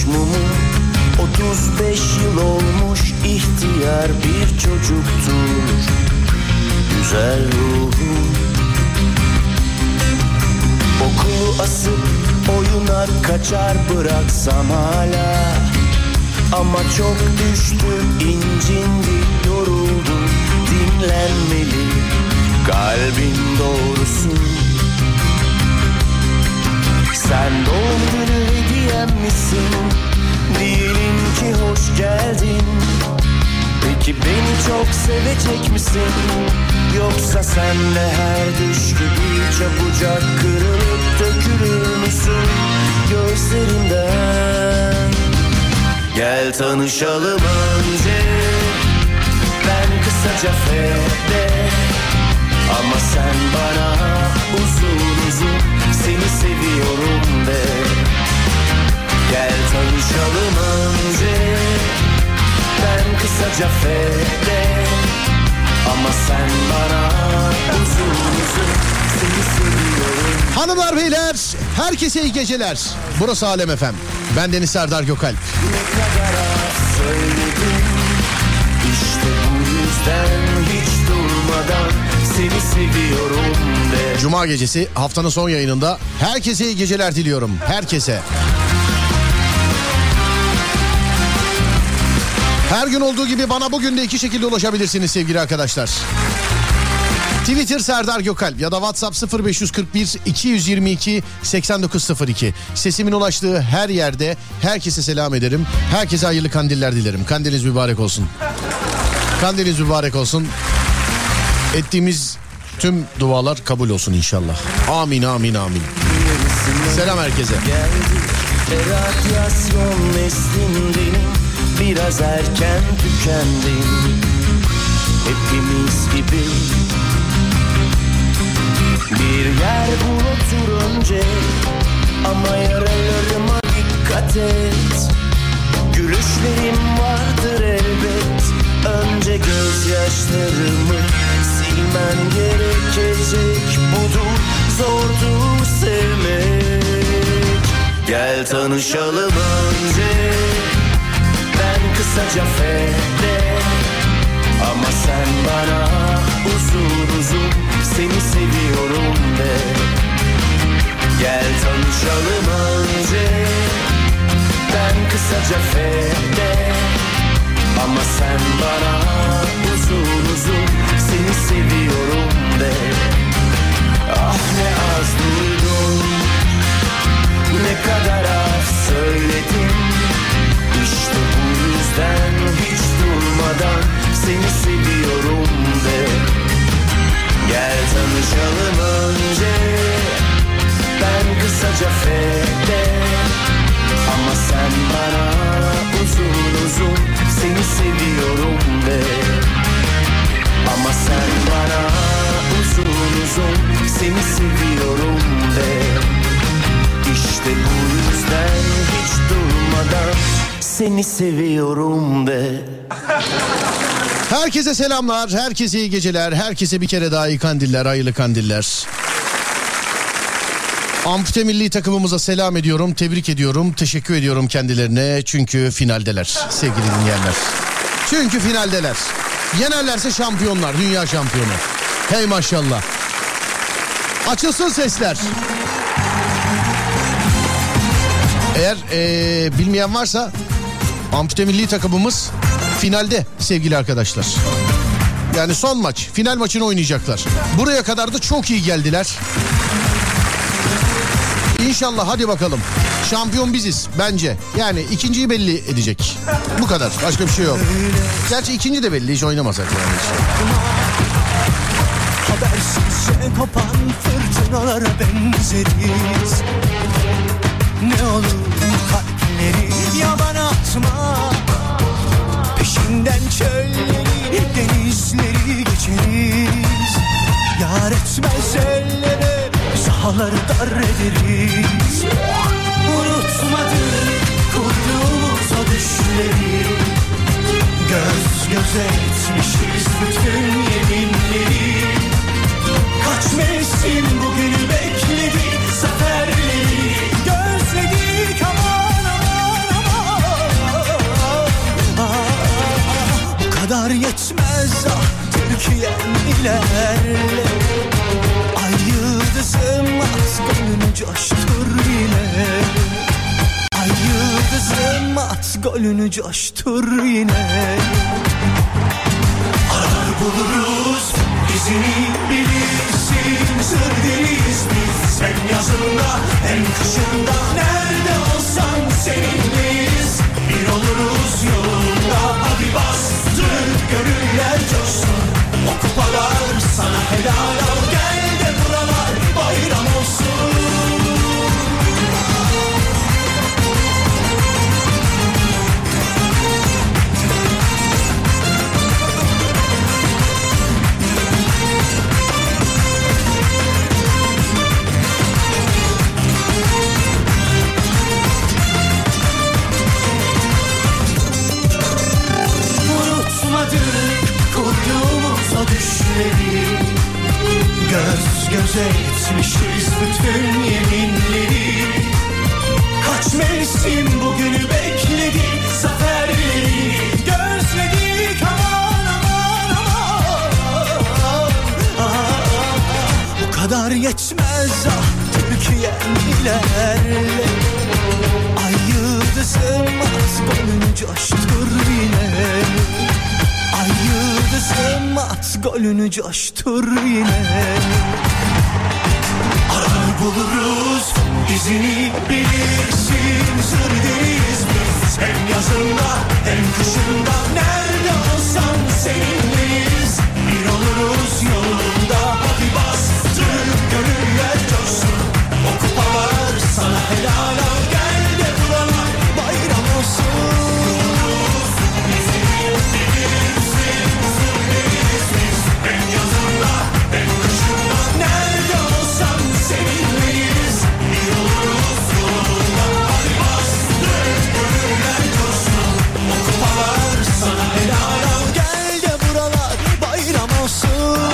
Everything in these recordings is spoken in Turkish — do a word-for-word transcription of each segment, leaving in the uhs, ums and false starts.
yanmış mumu. Otuz beş yıl olmuş ihtiyar bir çocuktur güzel ruhum. Okulu asıp oynar kaçar bıraksam hala. Ama çok düştü, incindi, yoruldu, dinlenmeli kalbin doğrusu. Sen doğum günü hediyem misin? Diyelim ki hoş geldin. Peki beni çok sevecek misin? Yoksa sen de her düş gibi çabucak kırılıp dökülür müsün gözlerinden? Gel tanışalım önce, ben kısaca Fede. Ama sen bana uzun uzun seni seviyorum de. Gel tanışalım önce, ben kısaca Fede. Ama sen bana uzun uzun seni seviyorum. Hanımlar beyler, herkese iyi geceler. Burası Alem F M. Ben Deniz Serdar Gökalp. Ne kadar az söyledim, İşte bu yüzden hiç durmadan seni seviyorum de. Cuma gecesi haftanın son yayınında herkese iyi geceler diliyorum. Herkese. Her gün olduğu gibi bana bugün de iki şekilde ulaşabilirsiniz sevgili arkadaşlar. Twitter Serdar Gökalp ya da WhatsApp sıfır beş kırk bir iki yüz yirmi iki seksen dokuz sıfır iki. Sesimin ulaştığı her yerde herkese selam ederim. Herkese hayırlı kandiller dilerim. Kandiliniz mübarek olsun. Kandiliniz mübarek olsun. Ettiğimiz tüm dualar kabul olsun inşallah. Amin amin amin. Selam herkese. Radyasyon neslindenim, biraz erken tükendim. Hepimiz gibi bir yer bul otur önce, ama yaralarıma dikkat et. Gülüşlerim vardır elbet, önce gözyaşlarımı silmen gerekecek. Budur, zordur sevmek. Gel tanışalım önce, ben kısaca Fede. Ama sen bana uzun uzun seni seviyorum de. Gel tanışalım önce, ben kısaca Fede. Ama sen bana uzun uzun seni seviyorum de. Ah ne az duydum, ne kadar az söyledim. İşte bu yüzden hiç durmadan seni seviyorum de. Gel tanışalım önce, ben kısaca Fede. Ama sen bana uzun uzun seni seviyorum de. Ama sen bana uzun uzun seni seviyorum de. İşte bu yüzden hiç durmadan seni seviyorum de. Herkese selamlar, herkese iyi geceler, herkese bir kere daha iyi kandiller, hayırlı kandiller. Ampute milli takımımıza selam ediyorum, tebrik ediyorum, teşekkür ediyorum kendilerine. Çünkü finaldeler sevgili dinleyenler. Çünkü finaldeler. Yenerlerse şampiyonlar, dünya şampiyonu. Hey maşallah. Açılsın sesler. Eğer ee, bilmeyen varsa ampute milli takımımız finalde sevgili arkadaşlar. Yani son maç, final maçını oynayacaklar. Buraya kadar da çok iyi geldiler. İnşallah hadi bakalım. Şampiyon biziz bence. Yani ikinciyi belli edecek. Bu kadar. Başka bir şey yok. Gerçi ikinci de belli. Hiç oynamasak yani. Habersizce kopan fırtınalara benzeriz. Ne olur kalpleri yaban atma. Peşinden çölleri, denizleri geçeriz. Yar etmez ellere sahaları dar ederiz. Unutmadık kurduğumuz o düşleri. Göz göze etmişiz bütün yeminleri. Kaç mevsim bugünü bekledi, zaferleri gözledik aman aman aman. kadar yetmez ah Türkiye'm ilerle. Ay yıldızım at golünü coştur yine. Ay yıldızım at golünü coştur yine. Arar buluruz izini bilirsin. Sır deriz biz hem yazında hem kışında. Nerede olsan seninleyiz. Bir oluruz yolunda. Hadi bastır gönüller coşsun. O kupalar sana helal ol. Gel de buralar bayram olsun. Kurduğumuz o düşleri göz göze etmişiz bütün yeminleri. Kaç mevsim bugünü bekledik, zaferleri gözledik aman aman aman. Bu kadar yetmez ah Türkiye'm ilerle. Ay yıldızım at golünü coştur yine. Ay yıldızım at golünü coştur yine. Arar buluruz izini bilirsin. Sır deriz biz hem yazında hem kışında. Nerede olsan seninleyiz. Bir oluruz yolunda. Hadi bastır gönüller coşsun. O kupalar sana helal ol. Gel de buralar bayram olsun. Nerede olsan seninleyiz. Bir oluruz yolunda. Hadi bastır gönüller coşsun. O kupalar sana helal ol. Gel de buralar bayram olsun.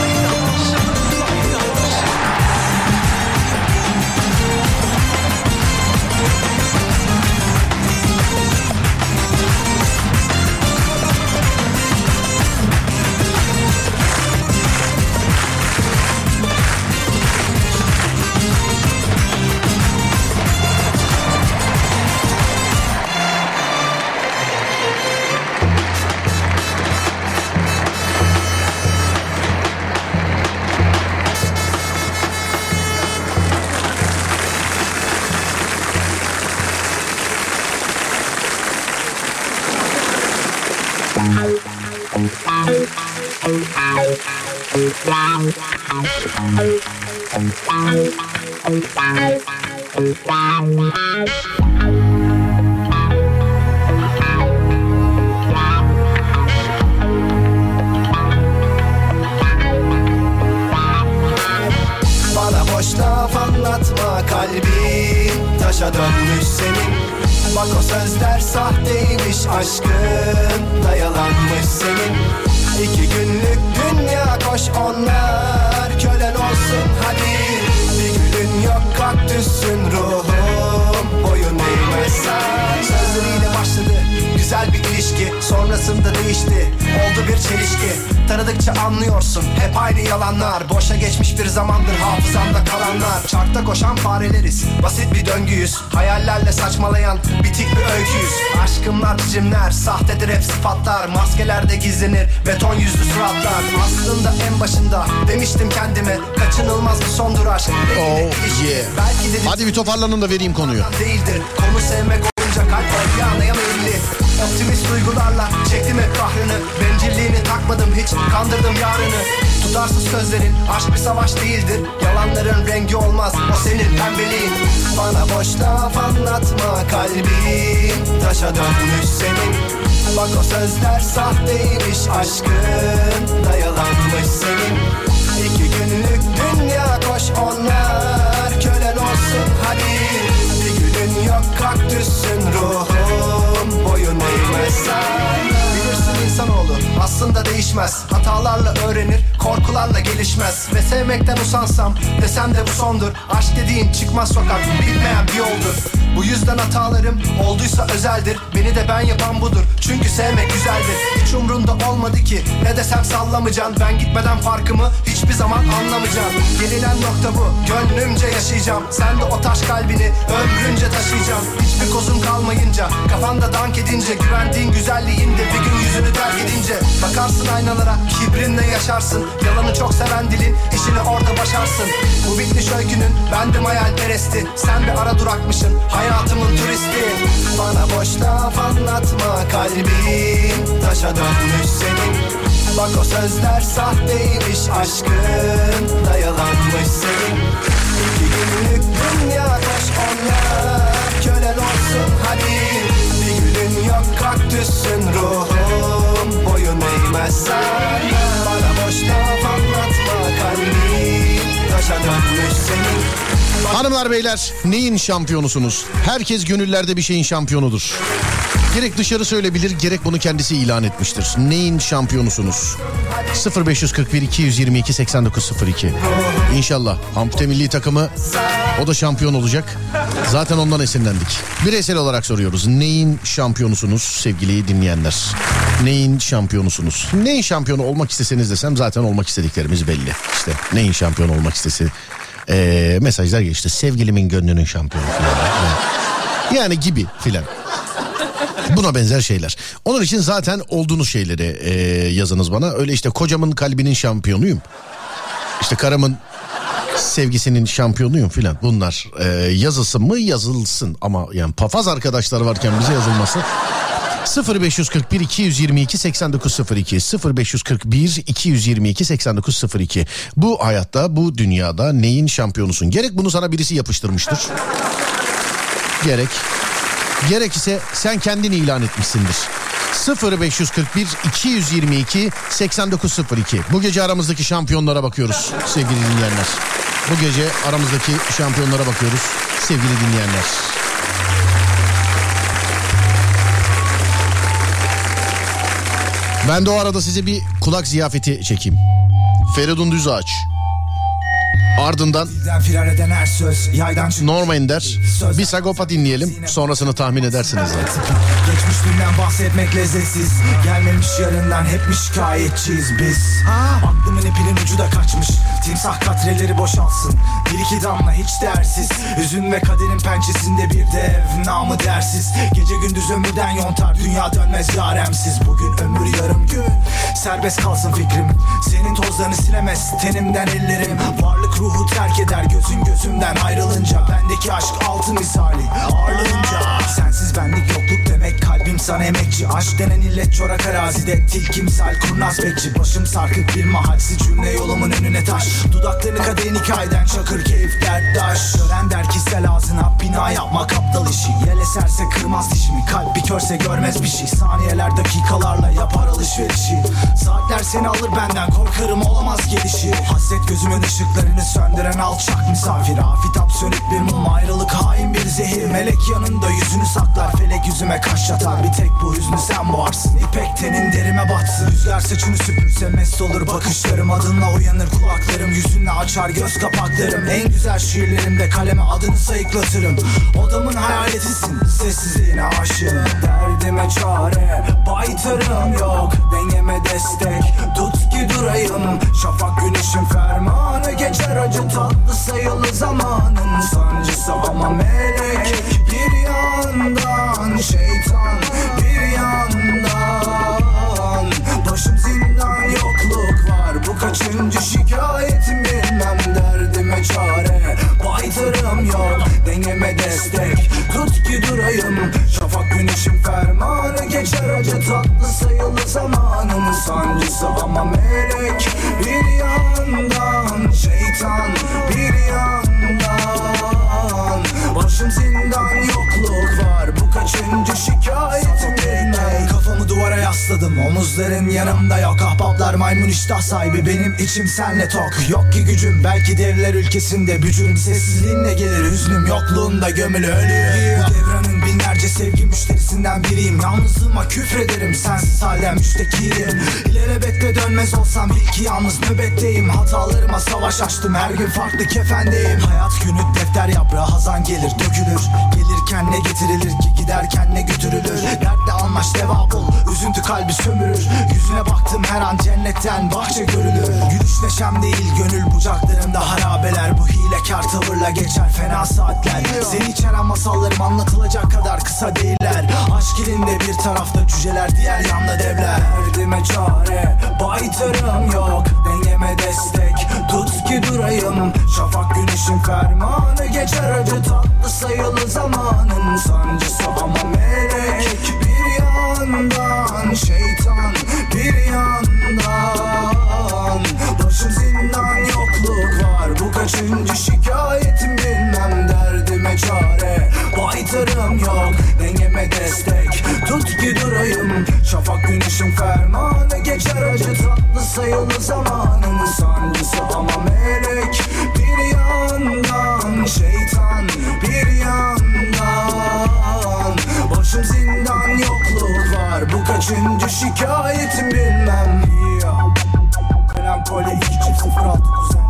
Bana boş laf anlatma, kalbin taşa dönmüş senin. Bak o sözler sahteymiş, aşkın da yalanmış senin. İki günlük dünya koş, onlar kölen olsun hadi. Bir gülün yok, kaktüsün ruhum, boyun eğmezsen. Sözleriyle başladı güzel bir ilişki, sonrasında değişti, oldu bir çelişki. Tanıdıkça anlıyorsun hep aynı yalanlar. Boşa geçmiş bir zamandır hafızamda kalanlar. Çarkta koşan fareleriz, basit bir döngüyüz. Hayallerle saçmalayan bitik bir öyküyüz. Aşkımlar cimler, sahtedir hep sıfatlar. Maskelerde gizlenir beton yüzlü suratlar. Aslında en başında demiştim kendime, kaçınılmaz bir sondur aşk. Oh yeah. Belki dedim, hadi bir toparlanın da vereyim konuyu. Değildir. Konu sevmek olunca kalp yanaya meyilli. Optimist duygularla çektim hep kahrını. Bencilliğini takmadım hiç, kandırdım yarını. Tutarsız sözlerin aşk bir savaş değildir. Yalanların rengi olmaz, o senin pembeliğin. Bana boş laf anlatma, kalbin taşa dönmüş senin. Bak o sözler sahteymiş, aşkın da yalanmış senin. İki günlük dünya koş, onlar kölen olsun hadi. Bir gülün yok, kaktüsün ruhum, boyun eğmezsen. Bilirsin insanoğlu aslında aslında değişmez. Hatalarla öğrenir, korkularla gelişmez. Ve sevmekten usansam desem de bu sondur. Aşk dediğin çıkmaz sokak, bitmeyen bir yoldur. Bu yüzden hatalarım olduysa özeldir. Beni de ben yapan budur, çünkü sevmek güzeldir. Hiç umrunda olmadı ki ne desem sallamayacaksın. Ben gitmeden farkımı hiçbir zaman anlamayacaksın. Gelinen nokta bu, gönlümce yaşayacağım. Sen de o taş kalbini ömrünce taşıyacaksın. Hiçbir kozun kalmayınca, kafanda dank edince, güvendiğin güzelliğinde bir gün yüzünü terk edince, bakarsın aynalara, kibrinle yaşarsın. Yalanı çok seven dilin, işini orada başarsın. Bu bitmiş öykünün bendim hayalperesti. Sen bir ara durakmışsın, hayatımın turisti. Bana boş laf anlatma, kalbin taşa dönmüş senin. Bak o sözler sahteymiş, aşkın da yalanmış senin. İki günlük dünya taş onlar, kölen olsun hadi. Bir gülün yok kaktüsün, ruhum boyun eğmez sana. Bana boş laf anlatma, kalbin taşa dönmüş senin. Hanımlar beyler, neyin şampiyonusunuz? Herkes gönüllerde bir şeyin şampiyonudur. Gerek dışarı söyleyebilir, gerek bunu kendisi ilan etmiştir. Neyin şampiyonusunuz? sıfır beş kırk bir iki yüz yirmi iki seksen dokuz sıfır iki. İnşallah ampute milli takımı, o da şampiyon olacak. Zaten ondan esinlendik. Bireysel olarak soruyoruz. Neyin şampiyonusunuz sevgili dinleyenler? Neyin şampiyonusunuz? Neyin şampiyonu olmak isteseniz desem zaten olmak istediklerimiz belli. İşte neyin şampiyon olmak istesi. Ee, mesajlar geçti. Sevgilimin gönlünün şampiyonu falan. Yani, yani gibi filan. Buna benzer şeyler. Onun için zaten olduğunuz şeyleri e, yazınız bana. Öyle işte kocamın kalbinin şampiyonuyum. İşte karımın sevgisinin şampiyonuyum filan. Bunlar e, yazılsın mı yazılsın. Ama yani papaz arkadaşlar varken bize yazılması. sıfır beş kırk bir iki yüz yirmi iki seksen dokuz sıfır iki sıfır beş kırk bir iki yüz yirmi iki seksen dokuz sıfır iki. Bu hayatta, bu dünyada neyin şampiyonusun? Gerek bunu sana birisi yapıştırmıştır. Gerek Gerek ise sen kendini ilan etmişsindir. sıfır beş kırk bir iki yüz yirmi iki seksen dokuz sıfır iki. Bu gece aramızdaki şampiyonlara bakıyoruz sevgili dinleyenler. Bu gece aramızdaki şampiyonlara bakıyoruz sevgili dinleyenler. Ben de o arada size bir kulak ziyafeti çekeyim. Feridun Düzağaç. Ardından Norma Ender. Bir Sagopa dinleyelim. Sonrasını tahmin edersiniz zaten. Geçmişinden bahsetmek lezzetsiz. Gelmemiş yarından hep mi şikayetçiyiz biz? Aklımın ipinin ucu da kaçmış. Timsah katreleri boşalsın. Bir iki damla hiç değersiz. Hüzün ve kaderin pençesinde bir dev, namı dersiz. Gece gündüz ömürden yontar, dünya dönmez yaremsiz. Bugün ömür yarım gün, serbest kalsın fikrim. Senin tozlarını silemez tenimden ellerim. Varlık ruhu terk eder gözün gözümden ayrılınca. Bendeki aşk altın misali ağırlığınca. Sensiz benlik yokluk demek, kalbim sana emekçi. Aşk denen illet çorak arazide tilki misal kurnaz bekçi. Başım sarkık bir mahalsiz cümle yolumun önüne taş. Dudaklarını kadehin hikayeden çakır keyif derttaş. Gören der ki sel ağzına bina yapmak aptal işi. Yel eserse kırmaz dişimi, kalp bir körse görmez bir şey. Saniyeler dakikalarla yapar alışverişi. Saatler seni alır benden, korkarım olamaz gelişi. Hasret gözümün ışıklarını söndüren alçak misafir. Afitap sönük bir mum, ayrılık hain bir zehir. Melek yanında yüzünü saklar, felek yüzüme kaş yatar. Bir tek bu hüznü sen boğarsın, ipek tenin derime batsın. Rüzgar saçını süpürse mest olur bakışlarım. Adınla uyanır kulaklarım, yüzünle açar göz kapaklarım. En güzel şiirlerimde kaleme adını sayıklatırım. Odamın hayaletisin, sessizliğine aşığım. Derdime çare, baytarım yok. Dengeme destek, tut ki durayım. Şafak güneşin fermanı, geçer acı tatlı sayılı zamanın sancısı. Ama melek bir yandan, şeytan bir yandan. Başım zindan, yokluk var, bu kaçıncı şikayetim bilmem. Derdime çare, baytarım yok. Dengeme destek, tut ki durayım. Şafak güneşin fermanı, geçer acı tatlı sayılı zamanın sancısı. Ama melek bir yandan, şeytan bir yandan. Başım zindan, yokluk var, bu kaçıncı şikayetim bilmem. Kafamı duvara yasladım, omuz Dostların yanımda yok, ahbaplar maymun iştah sahibi, benim içim senle tok. Yok ki gücüm, belki devler ülkesinde bücürüm, sessizliğinle gelir hüznüm, yokluğunda gömülü ölüyor. Bu devranın binlerce sevgi müşterisinden biriyim, yalnızlığıma küfrederim, sensiz hala müştekiyim. İlelebette dönmez olsam bil ki yalnız nöbetteyim, hatalarıma savaş açtım, her gün farklı kefendeyim. Hayat günü defter yaprağı, hazan gelir dökülür, gelirken ne getirilir ki giderken ne götürülür. Dertle almaş deva bul, üzüntü kalbi sömürür, yüzüne baktım her an cennetten bahçe görülür. Gülüş neşem değil gönül bucaklarımda harabeler, bu hilekar tavırla geçer fena saatler. Seni içeren masallarım anlatılacak kadar kısa değiller. Aşk elinde bir tarafta cüceler, diğer yanda devler. Derdime çare, baytarım yok, dengeme destek, tut ki durayım. Şafak güneşin fermanı, geçer acı tatlı sayılı zamanın sancısı ama melek. Bir yandan şeytan, bir yandan başım zindan, yokluk var, bu kaçıncı şikayetim bilmem. Derdime çare, baytarım yok, dengeme destek, tut ki durayım. Şafak güneşin fermanı, geçer acı tatlı sayılı zamanın sancısı ama melek. Bir yandan şeytan, bir yandan başım zindan, yokluk var, bu kaçıncı şikayetim bilmem. Melankoli iki çift sıfır altı kuzen.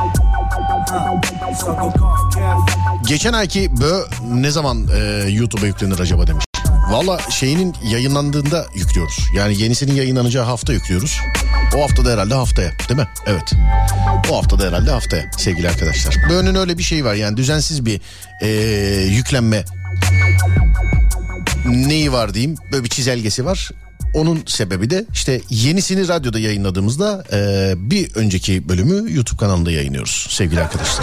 Geçen ayki Bö ne zaman e, YouTube'a yüklenir acaba demiş. Valla şeyinin yayınlandığında yüklüyoruz. Yani yenisinin yayınlanacağı hafta yüklüyoruz. O hafta da herhalde haftaya, değil mi? Evet. O hafta da herhalde haftaya sevgili arkadaşlar. Bö'nün öyle bir şeyi var, yani düzensiz bir e, yüklenme neyi var diyeyim, böyle bir çizelgesi var. Onun sebebi de işte yenisini radyoda yayınladığımızda e, bir önceki bölümü YouTube kanalında yayınlıyoruz sevgili arkadaşlar.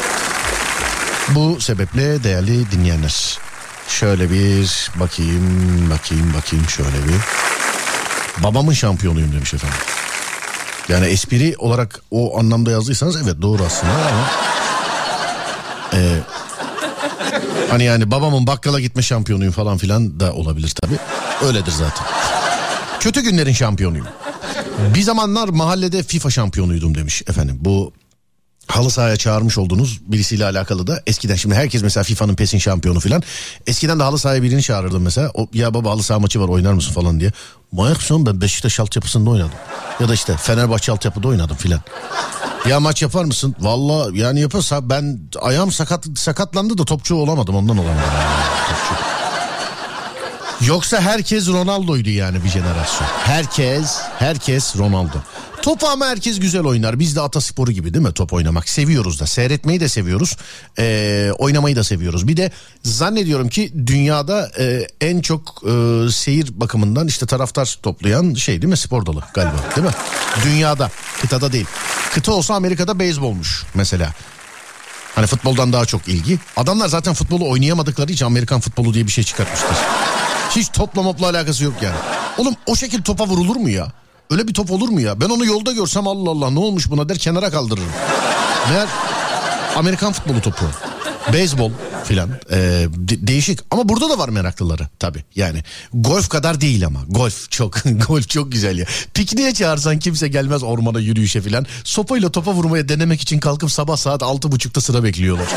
Bu sebeple değerli dinleyenler, şöyle bir bakayım bakayım bakayım şöyle bir. Babamın şampiyonuyum demiş efendim. Yani espri olarak o anlamda yazdıysanız evet doğru aslında ama e, hani yani babamın bakkala gitme şampiyonuyum falan filan da olabilir tabii. Öyledir zaten. Kötü günlerin şampiyonuyum. Bir zamanlar mahallede FIFA şampiyonuydum demiş efendim. Bu halı sahaya çağırmış olduğunuz birisiyle alakalı da eskiden, şimdi herkes mesela FIFA'nın PES'in şampiyonu filan. Eskiden de halı sahaya birini çağırırdım mesela. O, ya baba halı saha maçı var, oynar mısın falan diye. Manyak mısın, ben Beşiktaş altyapısında oynadım. Ya da işte Fenerbahçe altyapıda oynadım filan. Ya maç yapar mısın? Vallahi yani yaparsa ben ayağım sakat sakatlandı da topçu olamadım, ondan olamadım. Yani, topçu. Yoksa herkes Ronaldo'ydu yani bir jenerasyon. Herkes, herkes Ronaldo. Topu ama herkes güzel oynar. Biz de atasporu gibi değil mi top oynamak? Seviyoruz da, seyretmeyi de seviyoruz. Ee, oynamayı da seviyoruz. Bir de zannediyorum ki dünyada e, en çok e, seyir bakımından işte taraftar toplayan şey değil mi? Spor dalı galiba değil mi? Dünyada, kıtada değil. Kıta olsa Amerika'da beyzbolmuş mesela. Hani futboldan daha çok ilgi. Adamlar zaten futbolu oynayamadıkları için Amerikan futbolu diye bir şey çıkartmışlar. Hiç topla mopla alakası yok yani. Oğlum o şekil topa vurulur mu ya? Öyle bir top olur mu ya? Ben onu yolda görsem Allah Allah ne olmuş buna der, kenara kaldırırım. Meğer Amerikan futbolu topu. Beyzbol filan ee, de- değişik ama burada da var meraklıları tabii. Yani golf kadar değil ama golf çok golf çok güzel ya. Pikniğe çağırsan kimse gelmez, ormana yürüyüşe filan. Sopayla topa vurmaya denemek için kalkıp sabah saat altı buçukta sıra bekliyorlar.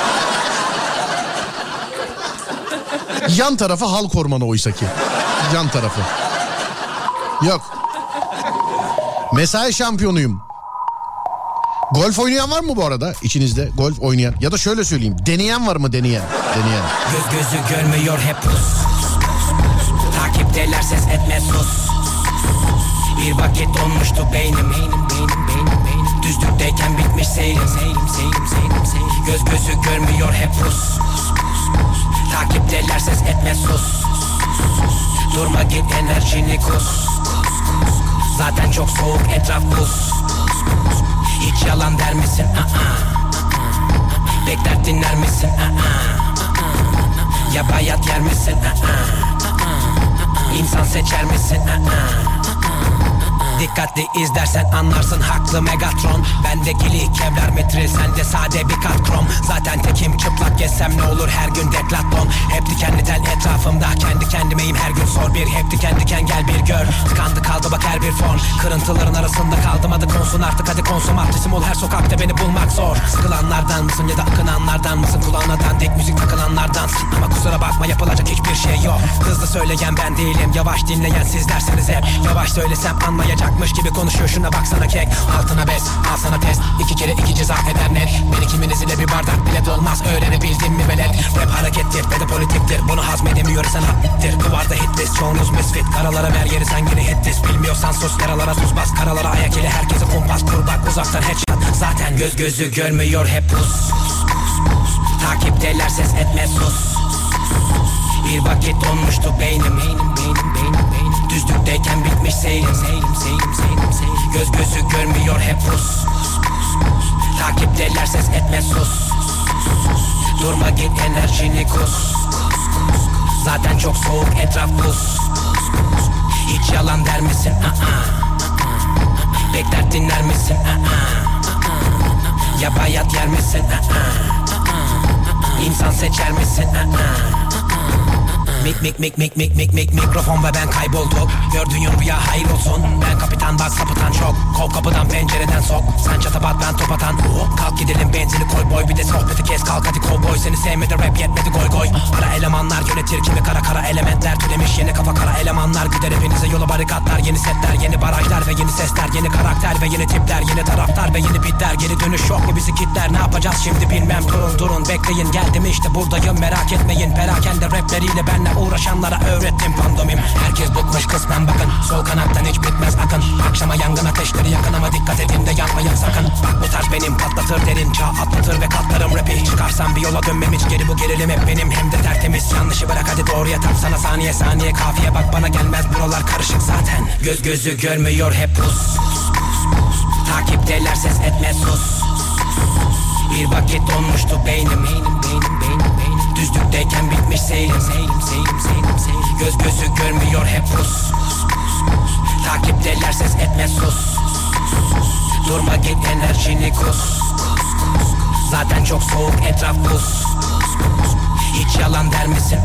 Yan tarafı halk ormanı oysa ki. Yan tarafı. Yok. Mesai şampiyonuyum. Golf oynayan var mı bu arada içinizde? Golf oynayan ya da şöyle söyleyeyim, deneyen var mı, deneyen? Deneyen. Göz gözü görmüyor hep pus. Takipteler ses etme sus. Bir vakit donmuştu beynim, beynim, beynim, beynim, beynim. Düzlükteyken bitmiş seyrim, seyrim, seyrim, seyrim, seyrim. Göz gözü görmüyor hep pus. Takipteler ses etme sus. Durma git enerjini kus. Zaten çok soğuk etraf buz. Hiç yalan der misin? Aa. Bekler dinler misin? Aa. Ya bayat yer misin? Aa. İnsan seçer misin? Aa. Dikkatli izlersen anlarsın haklı Megatron. Bendeki lik kevlar metril, sende sade bir kat krom. Zaten tekim çıplak gezsem ne olur her gün deklatlon. Hep dikenli tel etrafımda, kendi kendimeyim her gün sor bir. Hep diken diken gel bir gör, tıkandı kaldı bak her bir form. Kırıntıların arasında kaldım hadi konsun artık hadi konsumatlisim ol. Her sokakta beni bulmak zor. Sıkılanlardan mısın ya da akınanlardan mısın? Kulağına dandik müzik takılanlardansın. Ama kusura bakma yapılacak hiçbir şey yok. Hızlı söyleyen ben değilim, yavaş dinleyen sizlersiniz hep. Yavaş söylesem anlayacakmış gibi konuşuyor, şuna baksana kek. Altına bez al sana test, iki kere iki ceza eder net. Beni kiminiz ile bir bardak bile dolmaz, öğrenebildin mi velet? Rap harekettir ve de politiktir, bunu hazmedemiyorsan hattir. Duvarda hitlist çoğunuz misfit, karalara ver yeri sen yine hitlis. Bilmiyorsan sus karalara sus bas, karalara ayak ile herkese kumpas kur bak uzaktan headshot. Zaten göz gözü görmüyor hep pus. Takipteler ses etme sus. Bir vakit donmuştu beynim, beynim, beynim, beynim, beynim. Düzlükteyken bitmiş seyrim, seyrim, seyrim, seyrim, seyrim. Göz gözü görmüyor hep pus. Takipteler ses etme sus. Durma git enerjini kus. Zaten çok soğuk etraf buz. Hiç yalan der misin? Uh-uh. Bekler dinler misin? Uh-uh. Ya bayat yer misin? Uh-uh. İnsan seçer misin? Uh-uh. Mik mik mik mik mik mik mik mikrofon ve ben kaybolduk. Gördüğün rüya hayır olsun. Ben kapitan bak sapıtan çok. Kol kapıdan pencereden sok. Sen çatapat ben top atan. Oh, kalk gidelim benzini koy boy. Bir de sohbeti kes kalk hadi kovboy. Seni sevmedi rap yetmedi goy goy. Para elemanlar yönetir kimi kara kara elementler. Türemiş yeni kafa kara elemanlar. Gider hepinize yola barikatlar. Yeni setler yeni barajlar ve yeni sesler. Yeni karakter ve yeni tipler. Yeni taraftar ve yeni bitler. Geri dönüş yok mu bizi kitler? Ne yapacağız şimdi bilmem. Durun durun bekleyin geldim işte buradayım merak etmeyin. Perakende rapleriyle benle uğraşanlara öğrettim pandomim. Herkes bıkmış kısmen bakın. Sol kanattan hiç bitmez akın. Akşama yangın ateşleri yakın ama dikkat edin de yanmayın sakın. Bak bu tarz benim patlatır derin çağ atlatır ve katlarım rapi. Çıkarsam bir yola dönmem hiç geri bu gerilim hep benim hem de tertemiz. Yanlışı bırak hadi doğruya tak sana saniye saniye kafiye bak bana gelmez buralar karışık zaten. Göz gözü görmüyor hep pus. Takipteler ses etme sus. Bir vakit donmuştu beynim, beynim, beynim, beynim, beynim. Düzlükteyken bitmiş seyrim, seyrim, seyrim, seyrim, seyrim. Göz gözü görmüyor hep pus. Takipteler ses etme sus. Durma git enerjini kus. Zaten çok soğuk etraf buz. Hiç yalan der misin?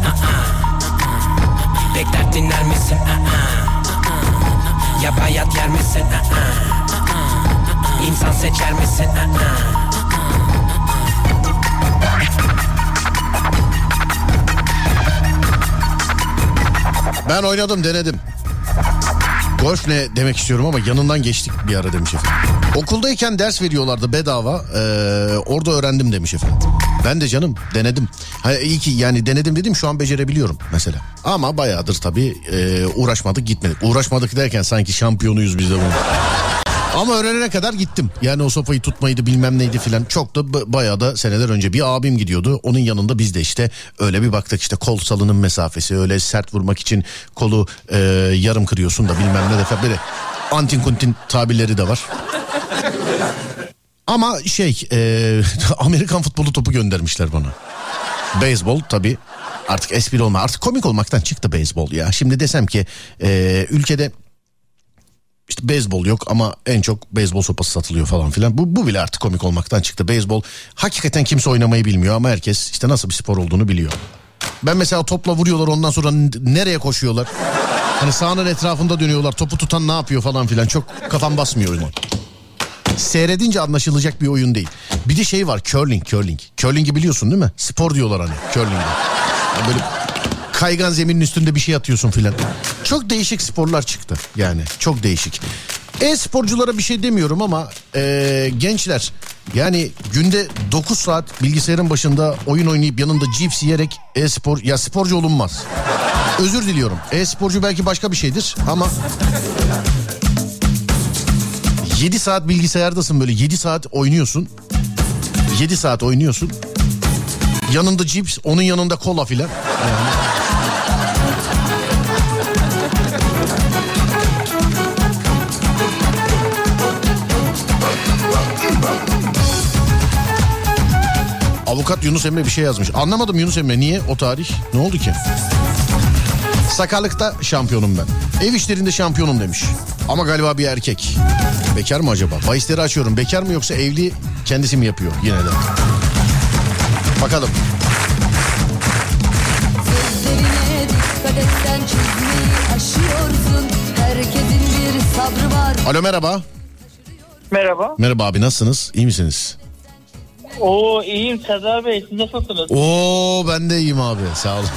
Uh-uh. Bekler dinler misin? Uh-uh. Ya bayat yer misin? Uh-uh. İnsan seçer misin? Uh-uh. Ben oynadım denedim. Golf ne demek istiyorum ama yanından geçtik bir ara demiş efendim. Okuldayken ders veriyorlardı bedava. Ee, orada öğrendim demiş efendim. Ben de canım denedim. Ha, iyi ki yani denedim dedim şu an becerebiliyorum mesela. Ama bayağıdır tabii e, uğraşmadık gitmedik. Uğraşmadık derken sanki şampiyonuyuz biz de bunu. Ama öğrenene kadar gittim. Yani o sopayı tutmaydı bilmem neydi filan. Çok da bayağı da seneler önce bir abim gidiyordu. Onun yanında biz de işte öyle bir baktık işte kol salının mesafesi. Öyle sert vurmak için kolu e, yarım kırıyorsun da bilmem ne de. Böyle antin kuntin tabirleri de var. Ama şey e, Amerikan futbolu topu göndermişler bana. Beyzbol tabii artık espri olma artık komik olmaktan çıktı beyzbol ya. Şimdi desem ki e, ülkede İşte beyzbol yok ama en çok beyzbol sopası satılıyor falan filan. Bu, bu bile artık komik olmaktan çıktı. Beyzbol hakikaten kimse oynamayı bilmiyor ama herkes işte nasıl bir spor olduğunu biliyor. Ben mesela topla vuruyorlar ondan sonra nereye koşuyorlar? Hani sahanın etrafında dönüyorlar topu tutan ne yapıyor falan filan çok kafam basmıyor oyunu. Seyredince anlaşılacak bir oyun değil. Bir de şey var curling curling. Curling'i biliyorsun değil mi? Spor diyorlar hani curling'de. Yani böyle kaygan zeminin üstünde bir şey atıyorsun filan. Çok değişik sporlar çıktı yani çok değişik. E-sporculara bir şey demiyorum ama e, gençler yani günde dokuz saat bilgisayarın başında oyun oynayıp yanında cips yiyerek e-spor ya sporcu olunmaz. Özür diliyorum. E-sporcu belki başka bir şeydir ama yedi saat bilgisayardasın böyle yedi saat oynuyorsun. yedi saat oynuyorsun. Yanında cips, onun yanında kola filan. Yani. Avukat Yunus Emre bir şey yazmış. Anlamadım Yunus Emre niye o tarih? Ne oldu ki? Sakarlıkta şampiyonum ben. Ev işlerinde şampiyonum demiş. Ama galiba bir erkek. Bekar mı acaba? Bahisleri açıyorum. Bekar mı yoksa evli kendisi mi yapıyor yine de? Bakalım. Gözlerine dikkat etsen çizmeyi aşıyorsun. Herkesin bir sabrı var. Alo merhaba. Merhaba. Merhaba abi, nasılsınız? İyi misiniz? Oo iyiyim Serdar Bey, siz nasılsınız? Oo ben de iyiyim abi, sağ olun.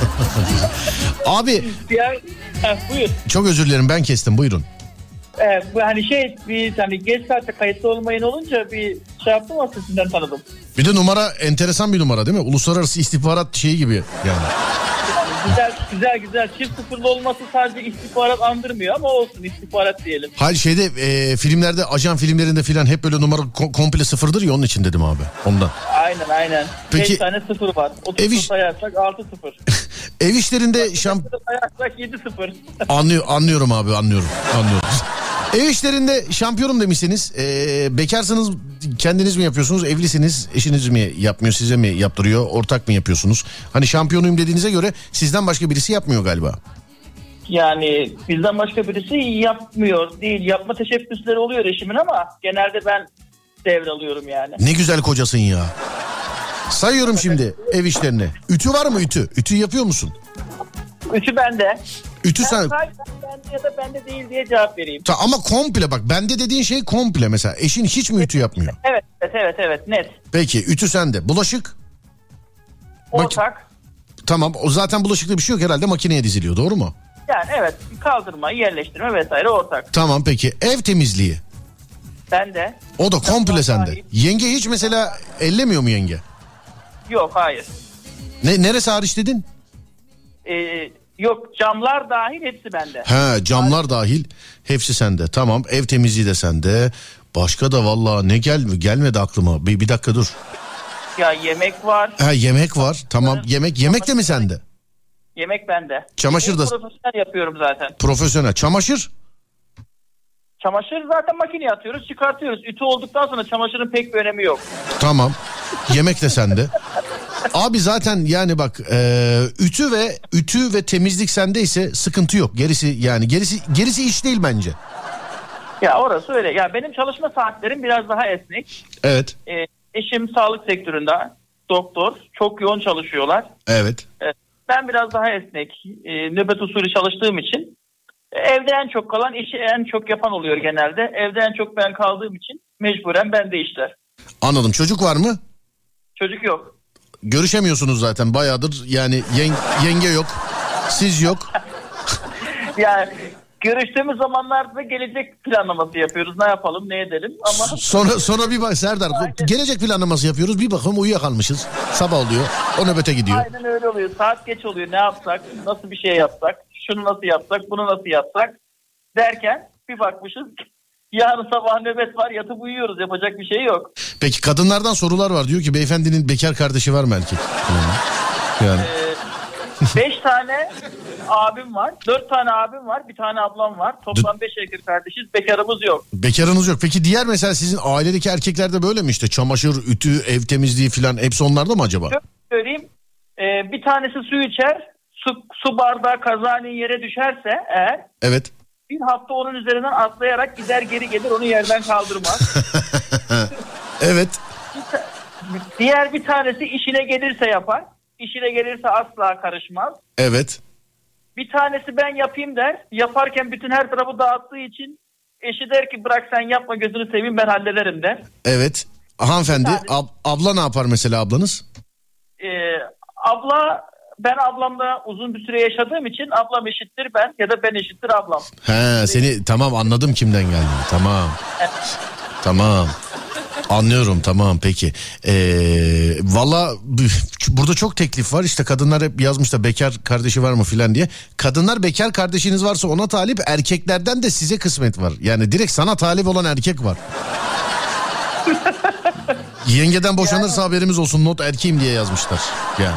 Abi. Diğer, heh, buyur. Çok özür dilerim, ben kestim, buyurun. Evet, bu hani şey bir hani geç saatte kayıtlı olmayın olunca bir şey yaptım ama sizinden tanıdım. Bir de numara enteresan bir numara değil mi? Uluslararası istihbarat şeyi gibi yani. Güzel güzel güzel çift sıfırlı olması sadece istihbarat andırmıyor ama olsun, istihbarat diyelim. Hayır şeyde e, filmlerde, ajan filmlerinde filan hep böyle numara ko- komple sıfırdır ya, onun için dedim abi, ondan. Aynen aynen. Peki, beş tane sıfır var. otuz iş... sayarsak altı sıfır. Ev işlerinde şamp... sayarsak yedi sıfır. Anlıyor, anlıyorum abi, anlıyorum. Anlıyorum. Ev işlerinde şampiyonum demişsiniz. Ee, bekarsınız, kendiniz mi yapıyorsunuz? Evlisiniz, eşiniz mi yapmıyor, size mi yaptırıyor? Ortak mı yapıyorsunuz? Hani şampiyonuyum dediğinize göre sizden başka birisi yapmıyor galiba. Yani bizden başka birisi yapmıyor değil. Yapma teşebbüsleri oluyor eşimin ama genelde ben devralıyorum yani. Ne güzel kocasın ya. Sayıyorum şimdi ev işlerini. Ütü var mı ütü? Ütü yapıyor musun? Ütü bende. Ütü ben sen... bende ya da bende değil diye cevap vereyim. Ta, ama komple bak, bende dediğin şey komple mesela. Eşin hiç mi ütü yapmıyor? Evet evet evet, evet net. Peki ütü sende. Bulaşık? Ortak. Maki... Tamam, o zaten bulaşıkta bir şey yok herhalde, makineye diziliyor, doğru mu? Yani evet, kaldırma, yerleştirme vesaire ortak. Tamam, peki ev temizliği? Bende. O da komple sende. Yenge hiç mesela ellemiyor mu yenge? Yok, hayır. Ne, neresi hariç dedin? Ee, yok, camlar dahil hepsi bende. He, camlar hayır. Dahil hepsi sende. Tamam, ev temizliği de sende. Başka da vallahi ne gel gelmedi aklıma. Bir, bir dakika dur. Ya yemek var. He, yemek var. Tamam, evet. yemek yemek de mi sende? Yemek bende. Çamaşır da profesyonel yapıyorum zaten. Profesyonel. Çamaşır? Çamaşır zaten makineye atıyoruz, çıkartıyoruz. Ütü olduktan sonra çamaşırın pek bir önemi yok. Tamam. Yemek de sende. Abi zaten yani bak, e, ütü ve ütü ve temizlik sendeyse sıkıntı yok. Gerisi yani gerisi gerisi iş değil bence. Ya orası öyle. Ya benim çalışma saatlerim biraz daha esnek. Evet. E, eşim sağlık sektöründe, doktor, çok yoğun çalışıyorlar. Evet. E, ben biraz daha esnek, e, nöbet usulü çalıştığım için e, evde en çok kalan, işi en çok yapan oluyor genelde. Evde en çok ben kaldığım için mecburen bende işler. Anladım. Çocuk var mı? Çocuk yok. Görüşemiyorsunuz zaten bayağıdır. Yani yeng- yenge yok. Siz yok. Yani görüştüğümüz zamanlarda gelecek planlaması yapıyoruz. Ne yapalım, ne edelim ama... Sonra sonra bir bak Serdar, aynen. Gelecek planlaması yapıyoruz. Bir bakın uyuyakalmışız. Sabah oluyor. O nöbete gidiyor. Aynen öyle oluyor. Saat geç oluyor. Ne yapsak, nasıl bir şey yapsak, şunu nasıl yapsak, bunu nasıl yapsak derken bir bakmışız. Yarın sabah nöbet var, yatıp uyuyoruz. Yapacak bir şey yok. Peki kadınlardan sorular var. Diyor ki beyefendinin bekar kardeşi var mı erkek? Yani. Ee, beş tane abim var. Dört tane abim var. Bir tane ablam var. Toplam beş erkek kardeşiz. Bekarımız yok. Bekarınız yok. Peki diğer mesela sizin ailedeki erkekler de böyle mi işte? Çamaşır, ütü, ev temizliği falan hepsi onlarda mı acaba? Şöyle söyleyeyim. Ee, bir tanesi su içer. Su, su bardağı kazanın yere düşerse eğer. Evet. Bir hafta onun üzerinden atlayarak gider geri gelir, onu yerden kaldırmaz. Evet. Diğer bir tanesi işine gelirse yapar. İşine gelirse asla karışmaz. Evet. Bir tanesi ben yapayım der. Yaparken bütün her tarafı dağıttığı için eşi der ki bırak sen yapma, gözünü seveyim, ben hallederim der. Evet. Hanımefendi, ab- abla ne yapar mesela ablanız? Ee, abla... Ben ablamla uzun bir süre yaşadığım için ablam eşittir ben ya da ben eşittir ablam. He, seni tamam anladım kimden geldiğini. Tamam. Tamam. Anlıyorum, tamam peki. Ee, Valla burada çok teklif var. İşte kadınlar hep yazmış da bekar kardeşi var mı filan diye. Kadınlar bekar kardeşiniz varsa ona talip, erkeklerden de size kısmet var. Yani direkt sana talip olan erkek var. Yengeden boşanırsa yani... haberimiz olsun, not erkeğim diye yazmışlar yani.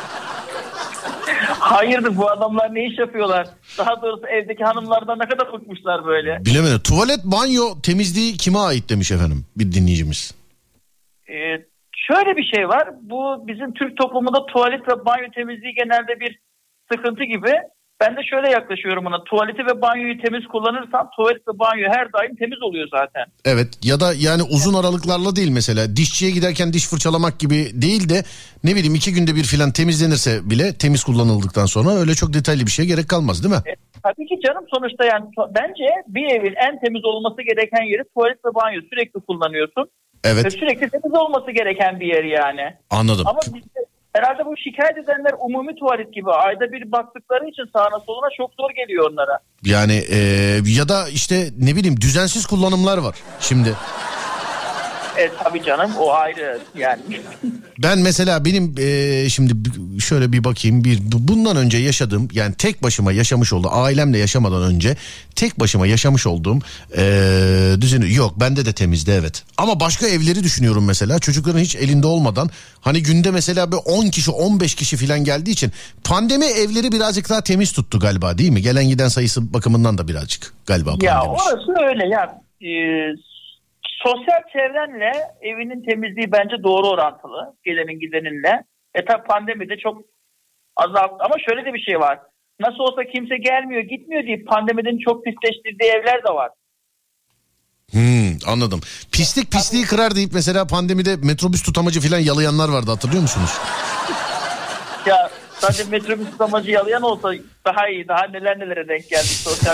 Hayırdır, bu adamlar ne iş yapıyorlar? Daha doğrusu evdeki hanımlardan ne kadar bıkmışlar böyle. Bilemedim. Tuvalet, banyo temizliği kime ait demiş efendim bir dinleyicimiz. Ee, şöyle bir şey var. Bu bizim Türk toplumunda tuvalet ve banyo temizliği genelde bir sıkıntı gibi. Ben de şöyle yaklaşıyorum ona. Tuvaleti ve banyoyu temiz kullanırsam tuvalet ve banyo her daim temiz oluyor zaten. Evet, ya da yani uzun aralıklarla değil mesela. Dişçiye giderken diş fırçalamak gibi değil de ne bileyim iki günde bir filan temizlenirse bile, temiz kullanıldıktan sonra öyle çok detaylı bir şeye gerek kalmaz değil mi? E, tabii ki canım, sonuçta yani bence bir evin en temiz olması gereken yeri tuvalet ve banyo, sürekli kullanıyorsun. Evet. Ve sürekli temiz olması gereken bir yer yani. Anladım. Ama bizde herhalde bu şikayet edenler umumi tuvalet gibi ayda bir baktıkları için sağına soluna çok zor geliyor onlara. Yani e, ya da işte ne bileyim düzensiz kullanımlar var şimdi. Evet tabii canım, o ayrı yani. Ben mesela benim e, şimdi şöyle bir bakayım, bir bundan önce yaşadığım, yani tek başıma yaşamış olduğum, ailemle yaşamadan önce tek başıma yaşamış olduğum e, düzeni yok, bende de temizdi evet. Ama başka evleri düşünüyorum mesela, çocukların hiç elinde olmadan, hani günde mesela bir on kişi on beş kişi falan geldiği için pandemi evleri birazcık daha temiz tuttu galiba, değil mi? Gelen giden sayısı bakımından da birazcık galiba pandemi. Ya orası öyle ya. E, sosyal çevrenle evinin temizliği bence doğru orantılı. Gelenin gideninle. E tabi pandemide çok azalttı. Ama şöyle de bir şey var. Nasıl olsa kimse gelmiyor gitmiyor deyip pandeminin çok pisleştirdiği evler de var. Hmm, anladım. Pislik pisliği kırar deyip mesela pandemide metrobüs tutamacı falan yalayanlar vardı, hatırlıyor musunuz? Ya sadece metrobüs tutamacı yalayan olsa daha iyi. Daha neler nelere denk geldik sosyal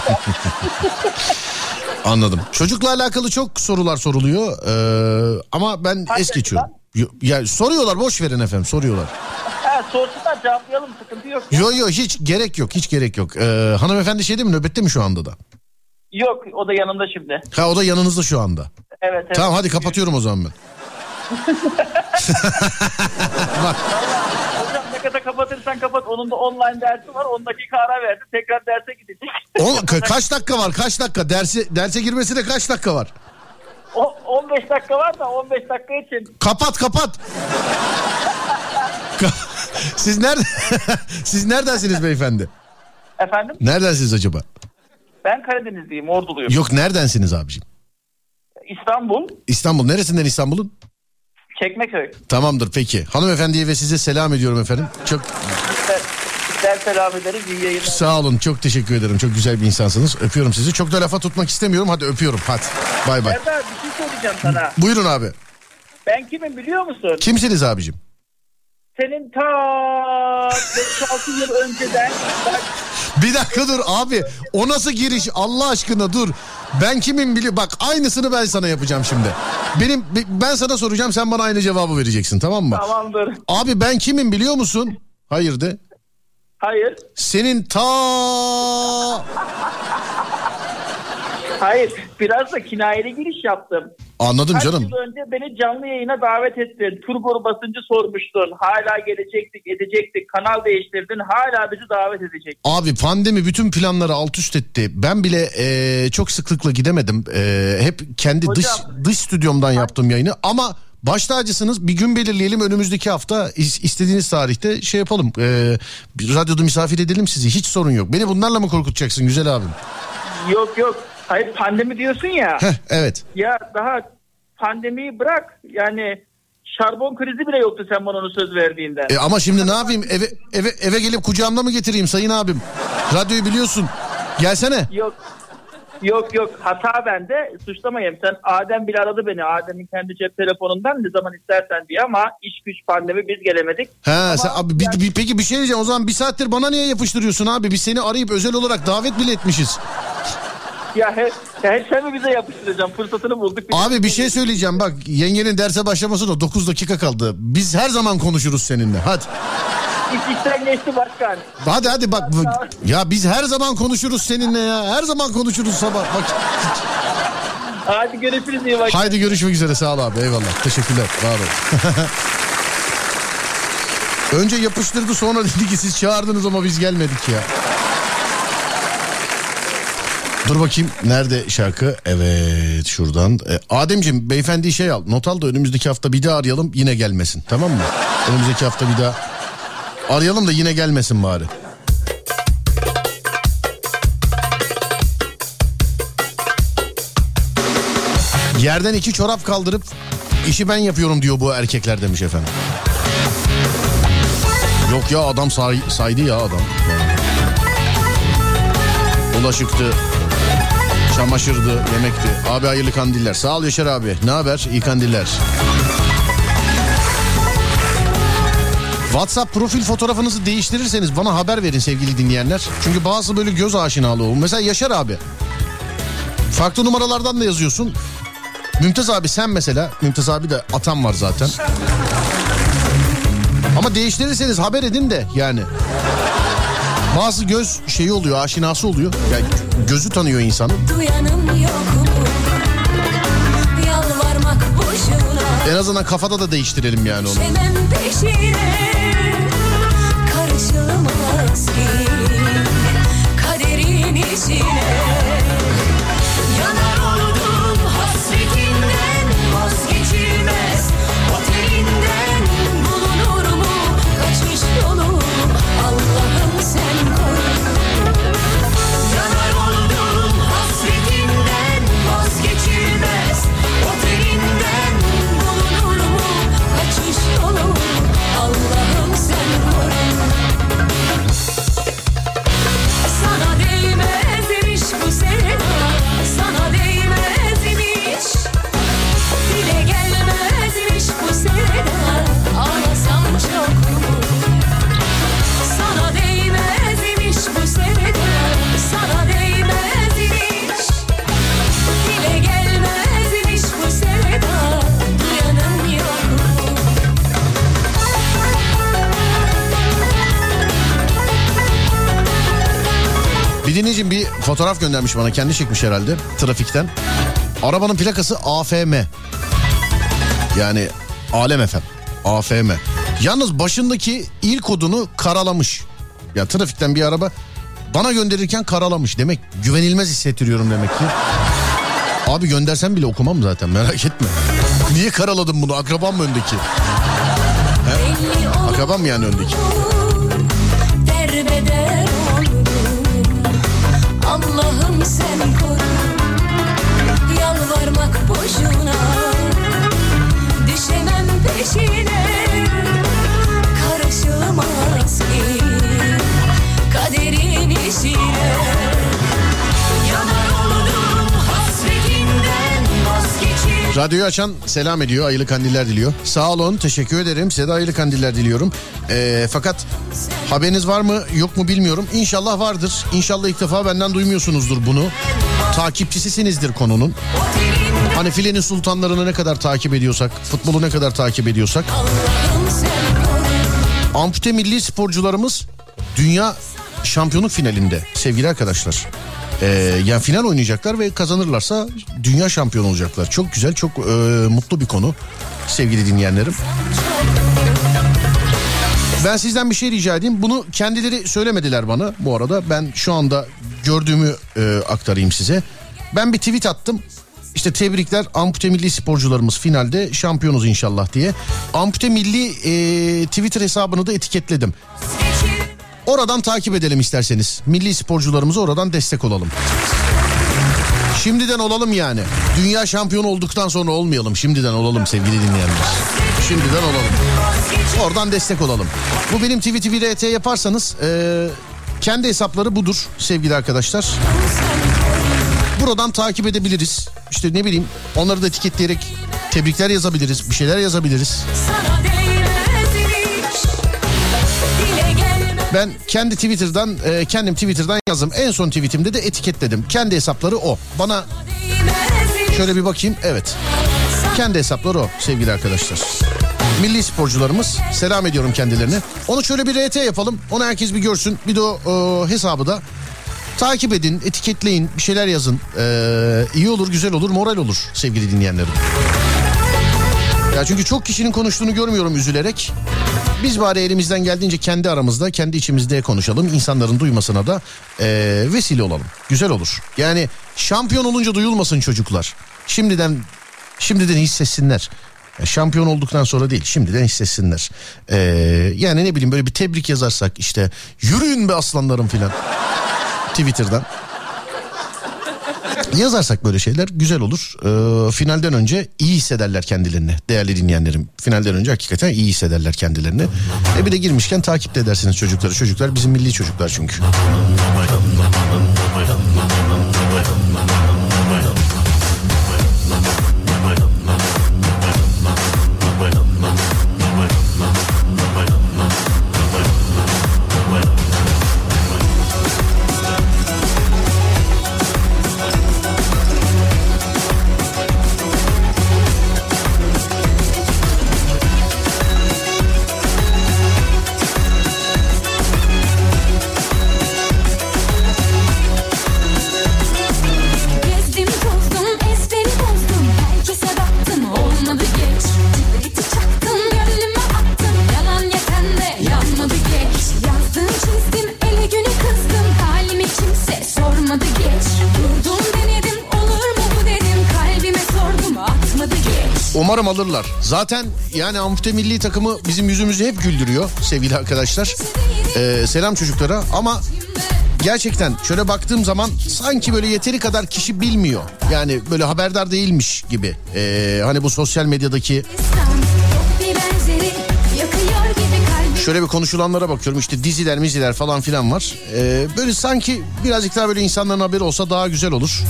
Anladım. Çocukla alakalı çok sorular soruluyor ee, ama ben Hangi es geçiyorum. Ya soruyorlar, boş verin efendim, soruyorlar. Ha, sorsunlar, cevaplayalım, sıkıntı yok. Yok yok, hiç gerek yok, hiç gerek yok. Ee, hanımefendi şeyde mi, nöbette mi şu anda da? Yok, o da yanımda şimdi. Ha, o da yanınızda şu anda. Evet evet. Tamam hadi kapatıyorum o zaman ben. Bak. Hocam ne kadar kapatırsan kapat, onun da online dersi var, on dakika ara verdi, tekrar derse gidecek. On, ka- kaç dakika var, kaç dakika derse derse girmesine kaç dakika var? O, on beş dakika var da on beş dakika için. Kapat kapat. Siz nerede? Siz neredensiniz beyefendi? Efendim? Neredensiniz acaba? Ben Karadenizliyim, Orduluyum. Yok, neredensiniz abiciğim? İstanbul. İstanbul, neresinden İstanbul'un? Çekmeköy. Tamamdır peki. Hanımefendiye ve size selam ediyorum efendim. Çok İster, ister selam ederiz, iyi yayınlar. sağ olun, çok teşekkür ederim. Çok güzel bir insansınız. Öpüyorum sizi. Çok da lafa tutmak istemiyorum. Hadi öpüyorum. Hadi. Bay bay. Serdar, bir şey söyleyeceğim sana. Buyurun abi. Ben kimim biliyor musun? Kimsiniz abicim? Senin ta beş altı yıl önceden... Bak, Bir dakika dur abi. O nasıl giriş? Allah aşkına dur. Ben kimim biliyor? Bak aynısını ben sana yapacağım şimdi. Benim ben sana soracağım, sen bana aynı cevabı vereceksin, tamam mı? tamamdır. Abi ben kimim biliyor musun? Hayır de. Hayır. Senin ta Hayır. Biraz da kinayeli giriş yaptım. Anladım Kaç canım. yıl önce beni canlı yayına davet ettin. Turbo basıncı sormuştun. Hala gelecektik, edecektik. Kanal değiştirdin. Hala bizi davet edecek. Abi pandemi bütün planları alt üst etti. Ben bile e, çok sıklıkla gidemedim. E, hep kendi Hocam, dış dış stüdyomdan yaptım yayını. Ama baş tacısınız. Bir gün belirleyelim, önümüzdeki hafta istediğiniz tarihte şey yapalım. E, radyoda misafir edelim sizi. Hiç sorun yok. Beni bunlarla mı korkutacaksın güzel abim? Yok yok. Hayır, pandemi diyorsun ya. Heh, evet. Ya daha pandemiyi bırak. Yani şarbon krizi bile yoktu sen bana onu söz verdiğinden. E, ama şimdi ne yapayım? Eve eve eve gelip kucağımda mı getireyim sayın abim? Radyoyu biliyorsun. Gelsene. Yok. Yok yok, hata bende, suçlamayayım. Sen Adem bile aradı beni, Adem'in kendi cep telefonundan, ne zaman istersen diye, ama iş güç pandemi biz gelemedik. He ama sen abi bir, yani... bir, peki bir şey diyeceğim, o zaman bir saattir bana niye yapıştırıyorsun abi? Biz seni arayıp özel olarak davet bile etmişiz. Ya hep, hep sen mi bize yapıştıracaksın, fırsatını bulduk. Abi bir şey söyleyeceğim, bak yengenin derse başlamasına dokuz dakika kaldı. Biz her zaman konuşuruz seninle, hadi. İş işten geçti başkan. Hadi hadi bak, ya biz her zaman konuşuruz seninle ya, her zaman konuşuruz sabah. Bak. Hadi görüşürüz, iyi bak. Haydi görüşmek üzere, sağ ol abi, eyvallah, teşekkürler, var olun. Önce yapıştırdı, sonra dedi ki siz çağırdınız ama biz gelmedik ya. Dur bakayım nerede şarkı? Evet şuradan. E, Ademciğim beyefendi şey al, not al da önümüzdeki hafta bir daha arayalım, yine gelmesin, tamam mı? Önümüzdeki hafta bir daha arayalım da yine gelmesin bari. Yerden iki çorap kaldırıp işi ben yapıyorum diyor bu erkekler demiş efendim. Yok ya, adam say, saydı ya adam. bulaşıktı, çamaşırdı, yemekti. Abi hayırlı kandiller. Sağ ol Yaşar abi. Ne haber? İyi kandiller. WhatsApp profil fotoğrafınızı değiştirirseniz bana haber verin sevgili dinleyenler. Çünkü bazı böyle göz aşinalığı olur. Mesela Yaşar abi. Farklı numaralardan da yazıyorsun. Mümtaz abi sen mesela. Mümtaz abi de atam var zaten. Ama değiştirirseniz haber edin de yani. Bazı göz şeyi oluyor, aşinası oluyor. Yani gözü tanıyor insanı. En azından kafada da değiştirelim yani onu. Kaderin içine yanar oldum hasretinden, vazgeçilmez otelinden bulunur mu kaçış yolu, Allah'ım sen koru. Yanar oldum hasretinden, vazgeçilmez otelinden bulunur mu kaçış yolu, Allah'ım sen koru. Sana değmez imiş bu sevda, sana değmez imiş, dile gelmez imiş bu sevda, ağlasam çok mu? Sana değmez imiş bu sevda, sana değmez imiş, dile gelmez imiş bu sevda, duyanım yok mu? Bir dinleyicim bir fotoğraf göndermiş bana, kendi çekmiş herhalde trafikten. Arabanın plakası A F M. Yani Alem F M. A F M. Yalnız başındaki il kodunu karalamış. Ya trafikten bir araba bana gönderirken karalamış. Demek güvenilmez hissettiriyorum demek ki. Abi göndersem bile okumam zaten, merak etme. Niye karaladım bunu? Akrabam mı öndeki? He? Akrabam mı yani öndeki? Derbeder oldum, Allah'ım sen koru. Yalvarmak boşuna, düşemem peşine, karışılmaz ki kaderin işine. Yanar oldum hasretinden, vazgeçir. Radyoyu açan selam ediyor, hayırlı kandiller diliyor. Sağ olun, teşekkür ederim. Size de hayırlı kandiller diliyorum. Ee, fakat haberiniz var mı yok mu bilmiyorum. İnşallah vardır. İnşallah ilk defa benden duymuyorsunuzdur bunu. Takipçisisinizdir konunun. Hani filenin sultanlarını ne kadar takip ediyorsak, futbolu ne kadar takip ediyorsak. Ampute milli sporcularımız dünya şampiyonluk finalinde sevgili arkadaşlar. Ee, yani final oynayacaklar ve kazanırlarsa dünya şampiyonu olacaklar. Çok güzel, çok e, mutlu bir konu sevgili dinleyenlerim. Ben sizden bir şey rica edeyim. Bunu kendileri söylemediler bana bu arada. Ben şu anda gördüğümü e, aktarayım size. Ben bir tweet attım. İşte tebrikler, ampute milli sporcularımız finalde şampiyonuz inşallah diye. Ampute milli e, Twitter hesabını da etiketledim. Oradan takip edelim isterseniz. Milli sporcularımıza oradan destek olalım. Şimdiden olalım yani. Dünya şampiyonu olduktan sonra olmayalım. Şimdiden olalım sevgili dinleyenler. Şimdiden olalım. Oradan destek olalım. Bu benim tweet'i bir R T yaparsanız e, kendi hesapları budur sevgili arkadaşlar. Buradan takip edebiliriz. İşte ne bileyim, onları da etiketleyerek tebrikler yazabiliriz. Bir şeyler yazabiliriz. Ben kendi Twitter'dan e, kendim Twitter'dan yazdım. En son tweetimde de etiketledim. Kendi hesapları o. Bana şöyle bir bakayım. Evet. Kendi hesapları o sevgili arkadaşlar. Milli sporcularımız, selam ediyorum kendilerine. Onu şöyle bir R T yapalım. Onu herkes bir görsün. Bir de o, o hesabı da takip edin, etiketleyin, bir şeyler yazın. Ee, iyi olur, güzel olur, moral olur sevgili dinleyenlerim. Ya çünkü çok kişinin konuştuğunu görmüyorum üzülerek. Biz bari elimizden geldiğince kendi aramızda, kendi içimizde konuşalım. İnsanların duymasına da e, vesile olalım. Güzel olur. Yani şampiyon olunca duyulmasın çocuklar. Şimdiden şimdiden hissetsinler. Yani şampiyon olduktan sonra değil, şimdiden hissetsinler. Ee, yani ne bileyim, böyle bir tebrik yazarsak, işte yürüyün be aslanlarım filan Twitter'dan yazarsak böyle şeyler güzel olur. Ee, finalden önce iyi hissederler kendilerini değerli dinleyenlerim. Finalden önce hakikaten iyi hissederler kendilerini. E bir de girmişken takip de edersiniz çocukları. Çocuklar bizim milli çocuklar çünkü. atmadı geç. Durdum denedim olur mu bu dedim. Kalbime sordum atmadı geç. Umarım alırlar. Zaten yani Amfite milli takımı bizim yüzümüzü hep güldürüyor sevgili arkadaşlar. Ee, selam çocuklara ama gerçekten şöyle baktığım zaman sanki böyle yeteri kadar kişi bilmiyor. Yani böyle haberdar değilmiş gibi. Ee, hani bu sosyal medyadaki... Şöyle bir konuşulanlara bakıyorum, işte diziler miziler falan filan var. Ee, böyle sanki birazcık daha böyle insanların haberi olsa daha güzel olur.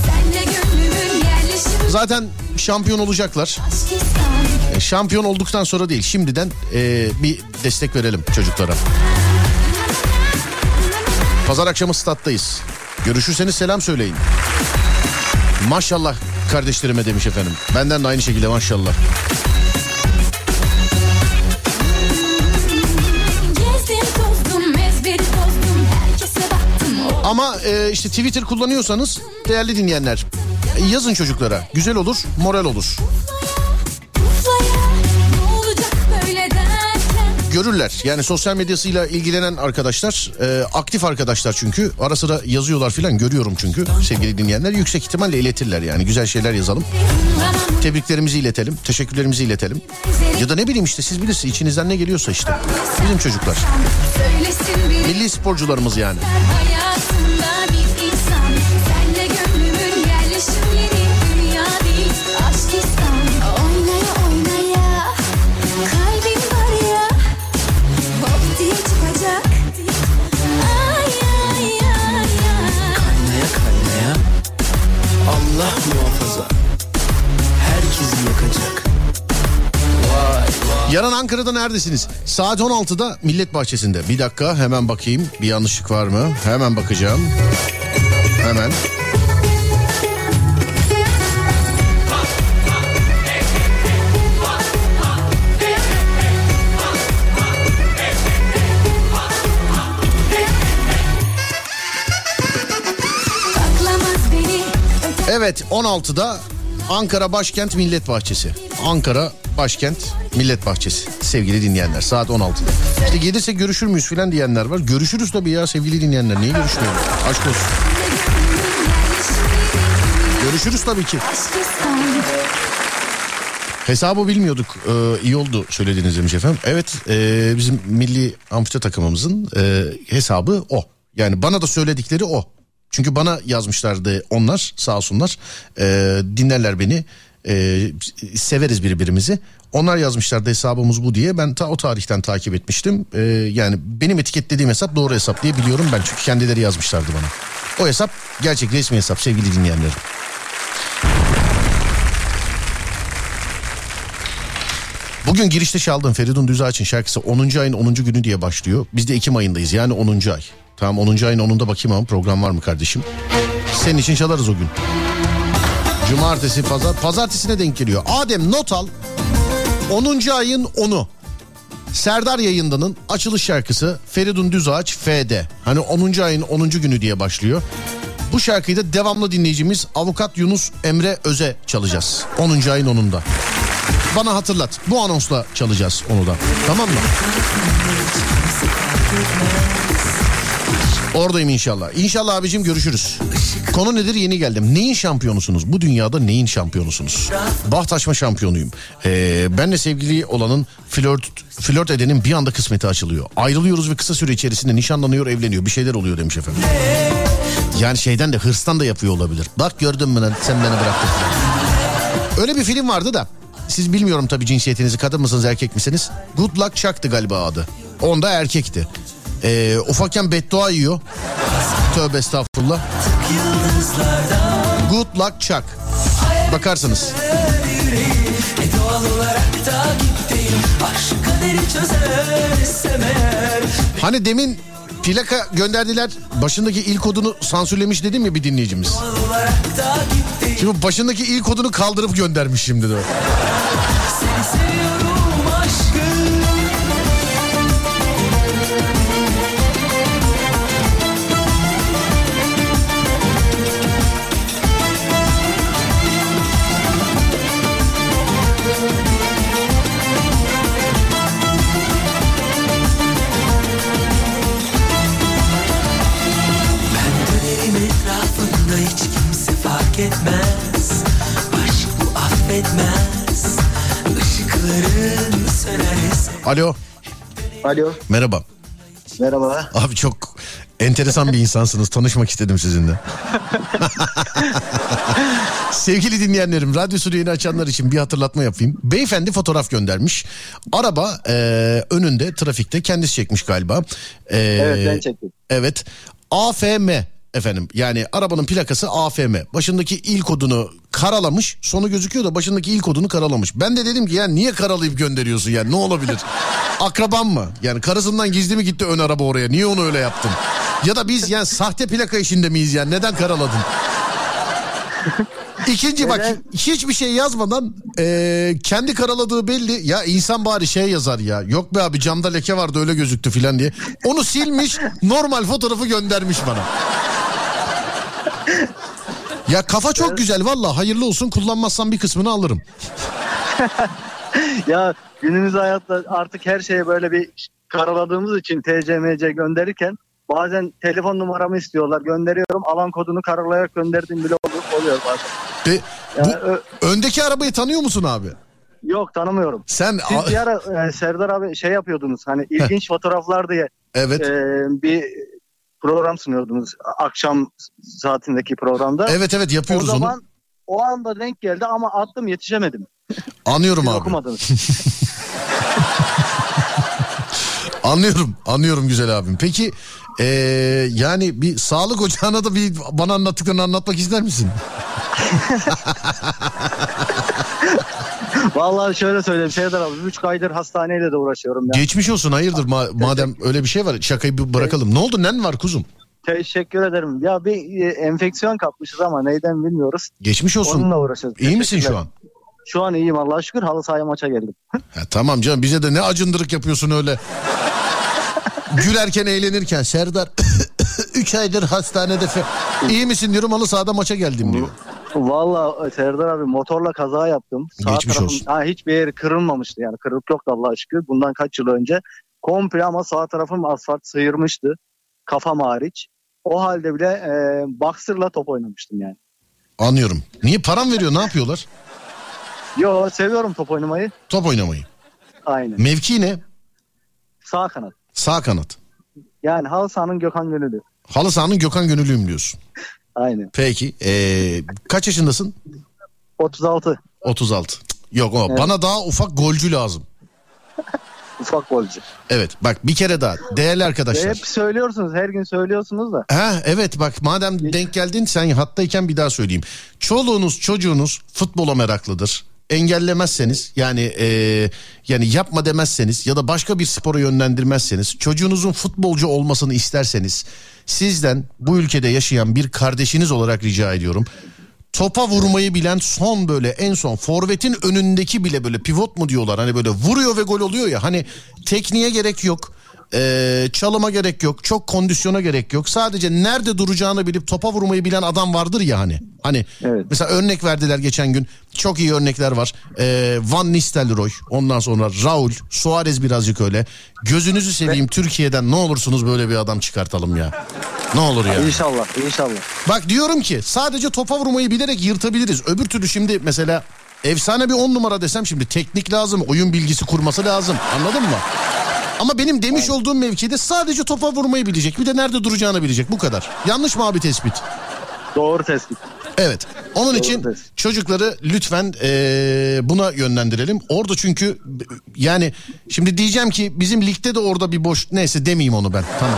Zaten şampiyon olacaklar. E, şampiyon olduktan sonra değil, şimdiden e, bir destek verelim çocuklara. Pazar akşamı stattayız. Görüşürseniz selam söyleyin. Maşallah kardeşlerime demiş efendim. Benden de aynı şekilde maşallah. Ama e, işte Twitter kullanıyorsanız değerli dinleyenler, e, yazın çocuklara. Güzel olur, moral olur. Görürler. Yani sosyal medyasıyla ilgilenen arkadaşlar, e, aktif arkadaşlar çünkü. Ara sıra yazıyorlar filan, görüyorum çünkü sevgili dinleyenler. Yüksek ihtimalle iletirler yani. Güzel şeyler yazalım. Tebriklerimizi iletelim, teşekkürlerimizi iletelim. Ya da ne bileyim işte, siz bilirsiniz içinizden ne geliyorsa işte. Bizim çocuklar. Milli sporcularımız yani. Allah muhafaza, herkesi yakacak. Vay vay. Yarın Ankara'da neredesiniz? Saat on altıda Millet Bahçesi'nde. Bir dakika hemen bakayım, bir yanlışlık var mı? Hemen bakacağım. Hemen. Evet, on altıda Ankara Başkent Millet Bahçesi. Ankara Başkent Millet Bahçesi sevgili dinleyenler, saat on altıda. İşte gelirse görüşür müyüz filan diyenler var. Görüşürüz tabii ya sevgili dinleyenler, niye görüşmüyoruz? Aşk olsun. Görüşürüz tabii ki. Hesabı bilmiyorduk, ee, iyi oldu söylediğiniz demiş efendim. Evet, e, bizim milli amfite takımımızın e, hesabı o. Yani bana da söyledikleri o. Çünkü bana yazmışlardı onlar, sağ olsunlar. Ee, dinlerler beni, ee, severiz birbirimizi. Onlar yazmışlardı hesabımız bu diye. Ben ta o tarihten takip etmiştim. Ee, yani benim etiketlediğim hesap doğru hesap diye biliyorum ben. Çünkü kendileri yazmışlardı bana. O hesap gerçek resmi hesap sevgili dinleyenlerim. Bugün girişte çaldığım Feridun Düzağaç'ın şarkısı onuncu ayın onuncu günü diye başlıyor. Biz de Ekim ayındayız, yani onuncu ay. Tamam, onuncu ayın onunda bakayım ama program var mı kardeşim? Senin için çalarız o gün. Cumartesi, pazar, pazartesine denk geliyor. Adem not al. onuncu ayın onu. Serdar Yayından'ın açılış şarkısı Feridun Düzağaç F D. Hani onuncu ayın onuncu günü diye başlıyor. Bu şarkıyı da devamlı dinleyicimiz Avukat Yunus Emre Öz'e çalacağız. onuncu ayın onunda. Bana hatırlat. Bu anonsla çalacağız onu da. Tamam mı? Oradayım inşallah. İnşallah abicim, görüşürüz. Konu nedir? Yeni geldim. Neyin şampiyonusunuz? Bu dünyada neyin şampiyonusunuz? Bahtaşma şampiyonuyum. Ee, benle sevgili olanın flört, flört edenin bir anda kısmeti açılıyor. Ayrılıyoruz ve kısa süre içerisinde nişanlanıyor, evleniyor. Bir şeyler oluyor demiş efendim. Yani şeyden de, hırstan da yapıyor olabilir. Bak gördün mü lan, sen beni bıraktın. Öyle bir film vardı da. Siz bilmiyorum tabii cinsiyetinizi, kadın mısınız erkek misiniz? Good Luck Chuck'tı galiba adı. Onda erkekti. Ee, ufakken beddua yiyor. Tövbe estağfurullah. Good Luck Chuck. Bakarsınız. Hani demin plaka gönderdiler. Başındaki il kodunu sansürlemiş dedim ya bir dinleyicimiz. Şimdi başındaki il kodunu kaldırıp göndermiş şimdi de. Seni seviyorum aşkım. Ben dönerim etrafında. bana hiç kimse fark etmez. Aşk bu affetmez. Işıkların söner. Alo. Alo. Merhaba. Merhaba. Abi çok enteresan bir insansınız. Tanışmak istedim sizinle. Sevgili dinleyenlerim, radyo stüdyoyu açanlar için bir hatırlatma yapayım. Beyefendi fotoğraf göndermiş. Araba e, önünde trafikte, kendisi çekmiş galiba. E, evet ben çektim. Evet. A F M efendim, yani arabanın plakası A F M. Başındaki il kodunu karalamış. Sonu gözüküyor da başındaki il kodunu karalamış. Ben de dedim ki ya niye karalayıp gönderiyorsun yani, ne olabilir? Akraban mı? Yani karısından gizli mi gitti ön araba oraya? Niye onu öyle yaptın? Ya da biz yani sahte plaka işinde miyiz yani? Neden karaladın? İkinci bak, hiçbir şey yazmadan e, kendi karaladığı belli. Ya insan bari şey yazar ya. Yok be abi, camda leke vardı öyle gözüktü filan diye. Onu silmiş, normal fotoğrafı göndermiş bana. Ya kafa çok güzel valla, hayırlı olsun, kullanmazsam bir kısmını alırım. Ya günümüz hayatta artık her şeye böyle bir karaladığımız için T C M C gönderirken bazen telefon numaramı istiyorlar, gönderiyorum, alan kodunu karalayarak gönderdiğim bile oluyor bazen. Be, yani, bu, ö- öndeki arabayı tanıyor musun abi? Yok, tanımıyorum. Sen Siz bir ara e, Serdar abi şey yapıyordunuz, hani ilginç fotoğraflar diye evet. e, bir program sunuyordunuz akşam saatindeki programda. Evet evet yapıyoruz onu. O zaman onu. O anda denk geldi ama attım, yetişemedim. Anlıyorum Siz abi. okumadınız. Anlıyorum, anlıyorum güzel abim. Peki ee, yani bir sağlık ocağına da bir bana anlattıklarını anlatmak ister misin? Vallahi şöyle söyleyeyim Serdar abi, üç aydır hastaneyle de uğraşıyorum. Ya. Geçmiş olsun, hayırdır ma- madem öyle bir şey var, şakayı bir bırakalım. Ne oldu, nen var kuzum? Teşekkür ederim. Ya bir e, enfeksiyon kapmışız ama neyden bilmiyoruz. Geçmiş olsun. Onunla uğraşıyoruz. İyi misin şu an? Şu an iyiyim Allah'a şükür, halı sahaya maça geldim. Ha, tamam canım, bize de ne acındırık yapıyorsun öyle. Gülerken eğlenirken Serdar üç aydır hastanede fe... İyi misin diyorum, halı sahada maça geldim diyor. Valla Serdar abi motorla kaza yaptım. Sağ Geçmiş tarafım, olsun. Ha, hiçbir yeri kırılmamıştı yani, kırık yoktu Allah'a şükür. Bundan kaç yıl önce komple, ama sağ tarafım asfalt sıyırmıştı. Kafam hariç. O halde bile e, boxer'la top oynamıştım yani. Anlıyorum. Niye, param veriyor, ne yapıyorlar? Yo, seviyorum top oynamayı. Top oynamayı. Aynen. Mevki ne? Sağ kanat. Sağ kanat. Yani halı sahanın Gökhan Gönüllü. Halı sahanın Gökhan Gönüllüyüm diyorsun. Aynen. Peki ee, kaç yaşındasın? otuz altı. otuz altı. Yok o, evet. Bana daha ufak golcü lazım. Ufak golcü. Evet bak, bir kere daha değerli arkadaşlar. Hep söylüyorsunuz, her gün söylüyorsunuz da. Ha evet bak, madem Hiç. denk geldin sen hattayken bir daha söyleyeyim. Çoluğunuz çocuğunuz futbola meraklıdır. Engellemezseniz yani e, yani yapma demezseniz ya da başka bir spora yönlendirmezseniz, çocuğunuzun futbolcu olmasını isterseniz, sizden bu ülkede yaşayan bir kardeşiniz olarak rica ediyorum. Topa vurmayı bilen, son böyle en son forvetin önündeki bile böyle pivot mu diyorlar, hani böyle vuruyor ve gol oluyor ya, hani tekniğe gerek yok. Ee, çalıma gerek yok, çok kondisyona gerek yok, sadece nerede duracağını bilip topa vurmayı bilen adam vardır ya hani. Hani evet. Mesela örnek verdiler geçen gün, çok iyi örnekler var. Ee, Van Nistelrooy, ondan sonra Raul, Suarez birazcık öyle. Gözünüzü seveyim, Türkiye'den ne olursunuz böyle bir adam çıkartalım ya. Ne olur ya. İnşallah, inşallah. Bak diyorum ki sadece topa vurmayı bilerek yırtabiliriz. Öbür türlü şimdi mesela efsane bir on numara desem, şimdi teknik lazım, oyun bilgisi kurması lazım, anladın mı? Ama benim demiş evet. olduğum mevkide sadece topa vurmayı bilecek, bir de nerede duracağını bilecek, bu kadar. Yanlış mı abi tespit? Doğru tespit. Evet. Onun Doğru için tespit. Çocukları lütfen ee, buna yönlendirelim. Orada çünkü yani şimdi diyeceğim ki bizim ligde de orada bir boş, neyse demeyeyim onu ben. Tamam.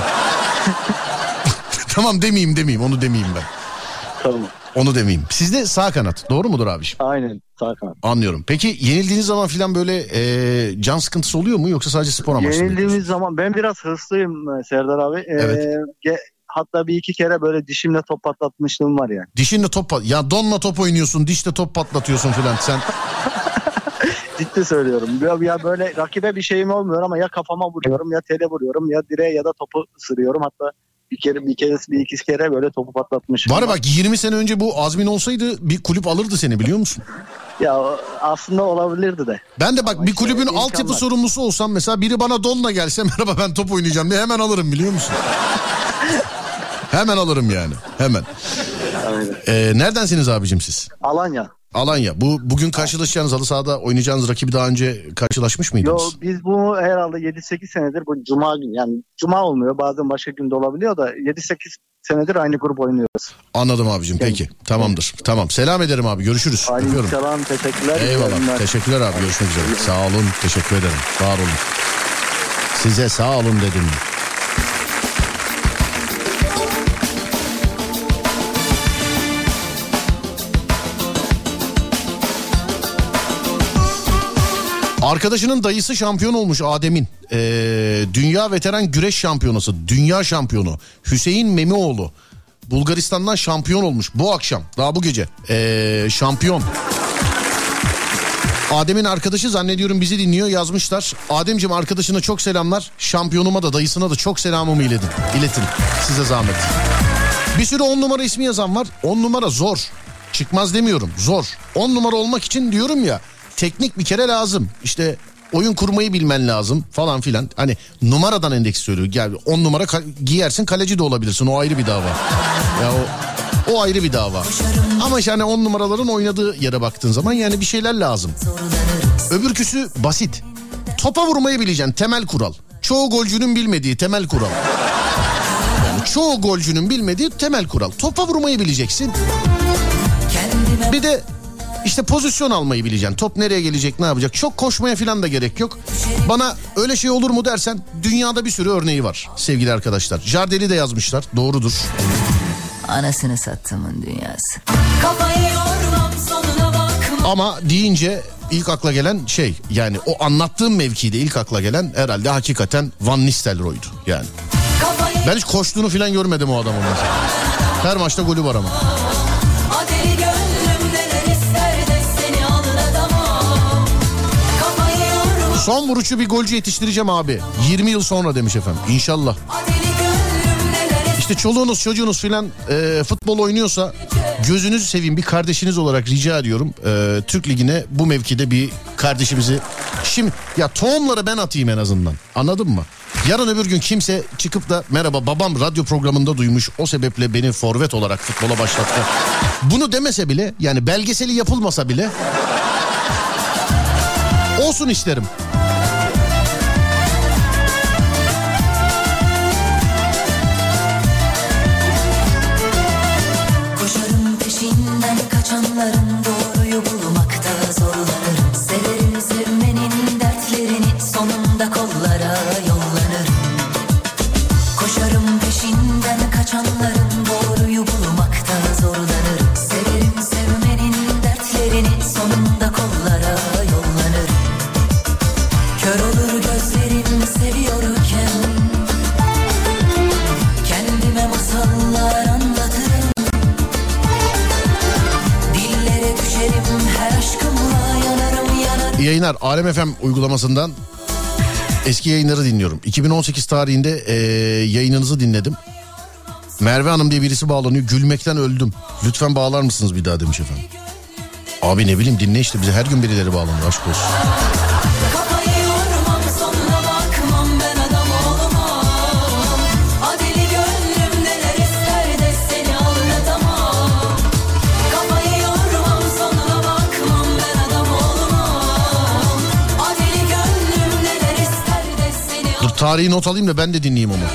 Tamam demeyeyim demeyeyim onu demeyeyim ben. Tamam. Onu demeyeyim. Sizde sağ kanat, doğru mudur abiciğim? Aynen, sağ kanat. Anlıyorum. Peki yenildiğiniz zaman filan böyle e, can sıkıntısı oluyor mu, yoksa sadece spor amaçlı mı? Yenildiğimiz zaman ben biraz hırslıyım Serdar abi. Evet. Ee, hatta bir iki kere böyle dişimle top patlatmışlığım var yani. Dişinle top pat... Ya donla top oynuyorsun, dişle top patlatıyorsun filan sen. Ciddi söylüyorum. Ya, ya böyle rakibe bir şeyim olmuyor ama ya kafama vuruyorum, ya tele vuruyorum, ya direğe ya da topu ısırıyorum. Hatta bir kere bir kere bir iki kere böyle topu patlatmışım. Var bak, yirmi sene önce bu azmin olsaydı bir kulüp alırdı seni, biliyor musun? Ya aslında olabilirdi de. Ben de bak ama bir kulübün işte, altyapı sorumlusu olsam mesela, biri bana donla gelse merhaba ben top oynayacağım diye hemen alırım, biliyor musun? Hemen alırım yani. Hemen. Ee, neredensiniz abicim siz? Alanya. Alanya. Bu bugün karşılaşacağınız, halı sahada oynayacağınız rakibi daha önce karşılaşmış mıydınız? Yo, biz bunu herhalde yedi sekiz senedir, bu cuma günü, yani cuma olmuyor, bazen başka günde olabiliyor da yedi sekiz senedir aynı grup oynuyoruz. Anladım abicim, peki tamamdır. Tamam, selam ederim abi, görüşürüz. Aleykümselam, teşekkürler. Eyvallah, teşekkürler abi, görüşmek üzere. Sağ olun, teşekkür ederim, var olun. Size sağ olun dedim. Arkadaşının dayısı şampiyon olmuş Adem'in. Ee, dünya veteran güreş şampiyonası, dünya şampiyonu Hüseyin Memioğlu. Bulgaristan'dan şampiyon olmuş bu akşam, daha bu gece. Ee, şampiyon. Adem'in arkadaşı zannediyorum bizi dinliyor, yazmışlar. Ademciğim, arkadaşına çok selamlar. Şampiyonuma da dayısına da çok selamımı iletin. İletin size zahmet. Bir sürü on numara ismi yazan var. on numara zor. Çıkmaz demiyorum, zor. on numara olmak için diyorum ya, teknik bir kere lazım. İşte oyun kurmayı bilmen lazım falan filan. Hani numaradan endeks söylüyor. Gel on numara ka- giyersin, kaleci de olabilirsin. O ayrı bir dava. Ya o, o ayrı bir dava. Ama yani on numaraların oynadığı yere baktığın zaman yani bir şeyler lazım. Öbürküsü basit. Topa vurmayı bileceksin, temel kural. Çoğu golcünün bilmediği temel kural. Yani çoğu golcünün bilmediği temel kural. Topa vurmayı bileceksin. Bir de İşte pozisyon almayı bileceksin. Top nereye gelecek, ne yapacak? Çok koşmaya falan da gerek yok. Bana öyle şey olur mu dersen, dünyada bir sürü örneği var sevgili arkadaşlar. Jardeli de yazmışlar, doğrudur. Anasını sattımın dünyası. Ama deyince ilk akla gelen şey, yani o anlattığım mevkide ilk akla gelen herhalde hakikaten Van Nistelrooy'du yani. Ben hiç koştuğunu falan görmedim o adamın mesela. Her maçta golü var ama. Son vuruşu bir golcü yetiştireceğim abi. yirmi yıl sonra demiş efendim. İnşallah. İşte çoluğunuz çocuğunuz filan e, futbol oynuyorsa gözünüzü seveyim, bir kardeşiniz olarak rica ediyorum. E, Türk Ligi'ne bu mevkide bir kardeşimizi, şimdi ya tohumları ben atayım en azından, anladın mı? Yarın öbür gün kimse çıkıp da merhaba babam radyo programında duymuş, o sebeple beni forvet olarak futbola başlattı. Bunu demese bile, yani belgeseli yapılmasa bile olsun isterim. Koşarım peşinden kaçanların, doğruyu bulmakta zorlanırım. Severim sevmenin dertlerini, sonunda kollara yollanırım. Koşarım peşinden kaçanların, doğruyu bulmakta zorlanırım. Severim sevmenin dertlerini, sonunda kollara yollanırım. Kör olur gözlerim seviyorken, kendime masallar anlatırım. Dillere düşerim, her aşkımla yanarım yanarım. İyi yayınlar. Alem F M uygulamasından eski yayınları dinliyorum. iki bin on sekiz tarihinde e, yayınınızı dinledim. Merve Hanım diye birisi bağlanıyor. Gülmekten öldüm. Lütfen bağlar mısınız bir daha demiş efendim. Abi ne bileyim, dinle işte, bize her gün birileri bağlanıyor, aşk olsun. Dur tarihi not alayım da ben de dinleyeyim onu.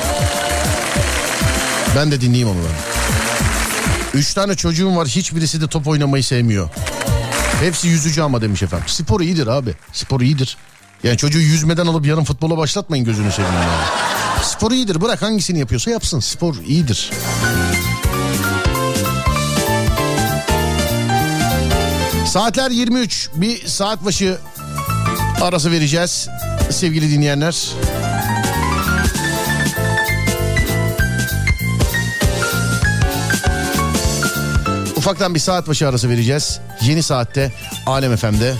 Ben de dinleyeyim onu ben. Üç tane çocuğum var, hiçbirisi de top oynamayı sevmiyor. Hepsi yüzücü ama demiş efendim. Spor iyidir abi, spor iyidir. Yani çocuğu yüzmeden alıp yarın futbola başlatmayın, gözünü seveyim yani. Spor iyidir, bırak hangisini yapıyorsa yapsın, spor iyidir. Saatler yirmi üç, bir saat başı arası vereceğiz sevgili dinleyenler. Ufaktan bir saat başı arası vereceğiz. Yeni saatte Alem F M'de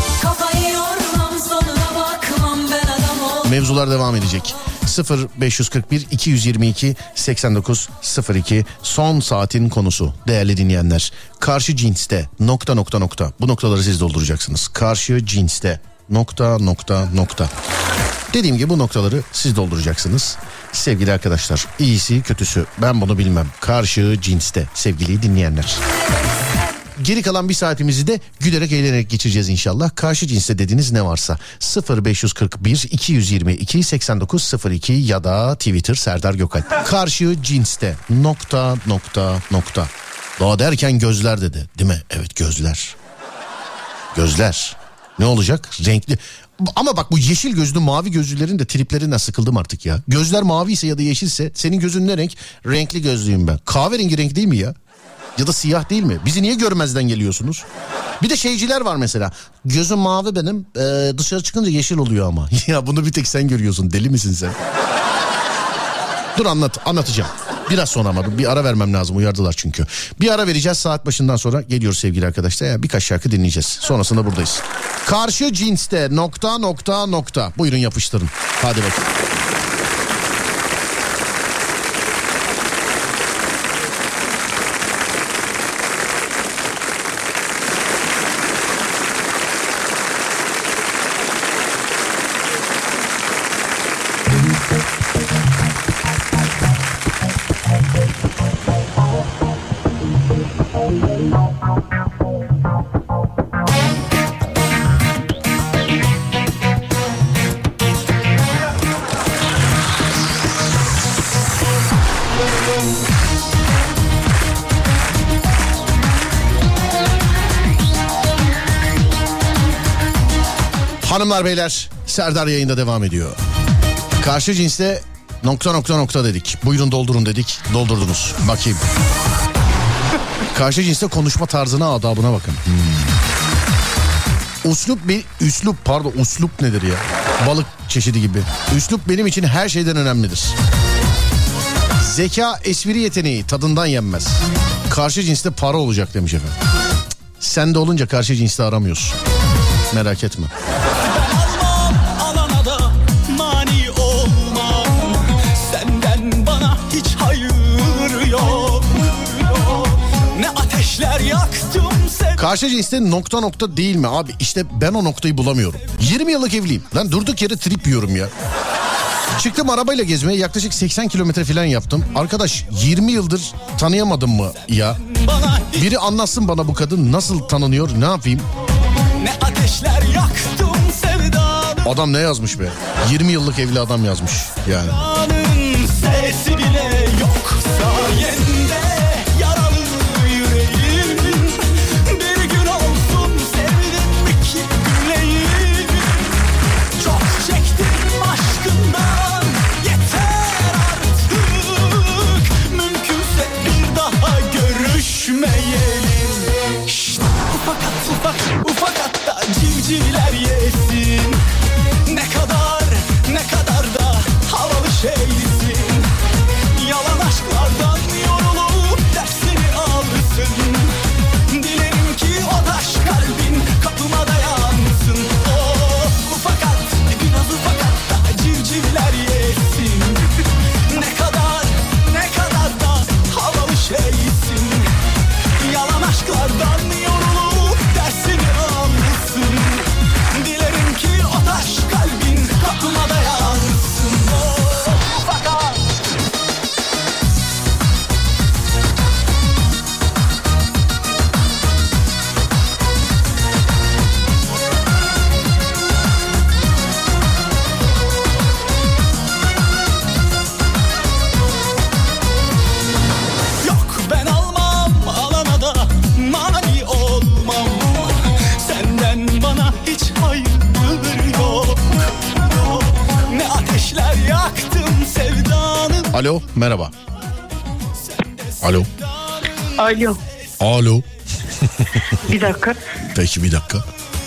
mevzular devam edecek. sıfır beş kırk bir iki yüz yirmi iki seksen dokuz sıfır iki son saatin konusu değerli dinleyenler. Karşı cinste nokta nokta nokta, bu noktaları siz dolduracaksınız. Karşı cinste nokta nokta nokta. Dediğim gibi bu noktaları siz dolduracaksınız. Sevgili arkadaşlar, iyisi kötüsü ben bunu bilmem. Karşı cinste sevgili dinleyenler. Geri kalan bir saatimizi de gülerek eğlenerek geçireceğiz inşallah. Karşı cinste dediğiniz ne varsa sıfır beş kırk bir iki yüz yirmi iki seksen dokuz sıfır iki ya da Twitter Serdar Gökalp. Karşı cinste nokta nokta nokta. Doğa derken gözler dedi, değil mi? Evet, gözler. Gözler. Ne olacak? Renkli. Ama bak bu yeşil gözlü mavi gözlülerin de triplerinden sıkıldım artık ya. Gözler mavi ise ya da yeşilse senin gözün ne renk? Renkli gözlüyüm ben. Kahverengi renk değil mi ya? Ya da siyah değil mi? Bizi niye görmezden geliyorsunuz? Bir de şeyciler var mesela. Gözüm mavi benim, ee, dışarı çıkınca yeşil oluyor ama. Ya bunu bir tek sen görüyorsun, deli misin sen? Dur anlat, anlatacağım. Biraz sonra ama bir ara vermem lazım, uyardılar çünkü. Bir ara vereceğiz, saat başından sonra geliyoruz sevgili arkadaşlar. Yani birkaç şarkı dinleyeceğiz. Sonrasında buradayız. Karşı cinste nokta nokta nokta. Buyurun yapıştırın. Hadi bakayım. Hanımlar beyler, Serdar yayında devam ediyor. Karşı cinste nokta nokta nokta dedik. Buyurun doldurun dedik. Doldurdunuz. Bakayım. Karşı cinste konuşma tarzına, adabına bakın. Hmm. Uslup bir üslup pardon uslup nedir ya? Balık çeşidi gibi. Üslup benim için her şeyden önemlidir. Zeka, espri yeteneği tadından yenmez. Karşı cinste para olacak demiş efendim. Sen de olunca karşı cinste aramıyorsun. Merak etme. Karşı cinste nokta nokta değil mi abi? İşte ben o noktayı bulamıyorum. yirmi yıllık evliyim. Lan durduk yere trip yiyorum ya. Çıktım arabayla gezmeye, yaklaşık seksen kilometre falan yaptım. Arkadaş yirmi yıldır tanıyamadım mı ya? Biri anlatsın bana, bu kadın nasıl tanınıyor, ne yapayım? Ne ateşler yaktım sevdanı. Adam ne yazmış be? yirmi yıllık evli adam yazmış yani. Sesi bile yok sayende yaralı yüreğim. Bir gün olsun sevdim ki güleyim. Çok çektim aşkından, yeter artık. Mümkünse bir daha görüşmeyelim. Şşt, ufakat ufak ufak hatta civcivler yesin. Ne kadar ne kadar da havalı şeysin. Yalan aşklardan yorulup dersini alsın. Dilerim ki o taş kalbin kapıma dayansın. Oh, ufakat biraz ufakat da civcivler yesin. Ne kadar ne kadar da havalı şeysin. Yalan aşklardan yorulup dersini alsın. Dilerim ki o taş kalbin kapıma dayansın. Oh, ufakat. Yok ben almam alana da mani olmam. Senden bana hiç hayır yok. Ne ateşler yaktım sevdanın. Alo, merhaba. Alo. Alo. Alo. Bir dakika. Peki bir dakika.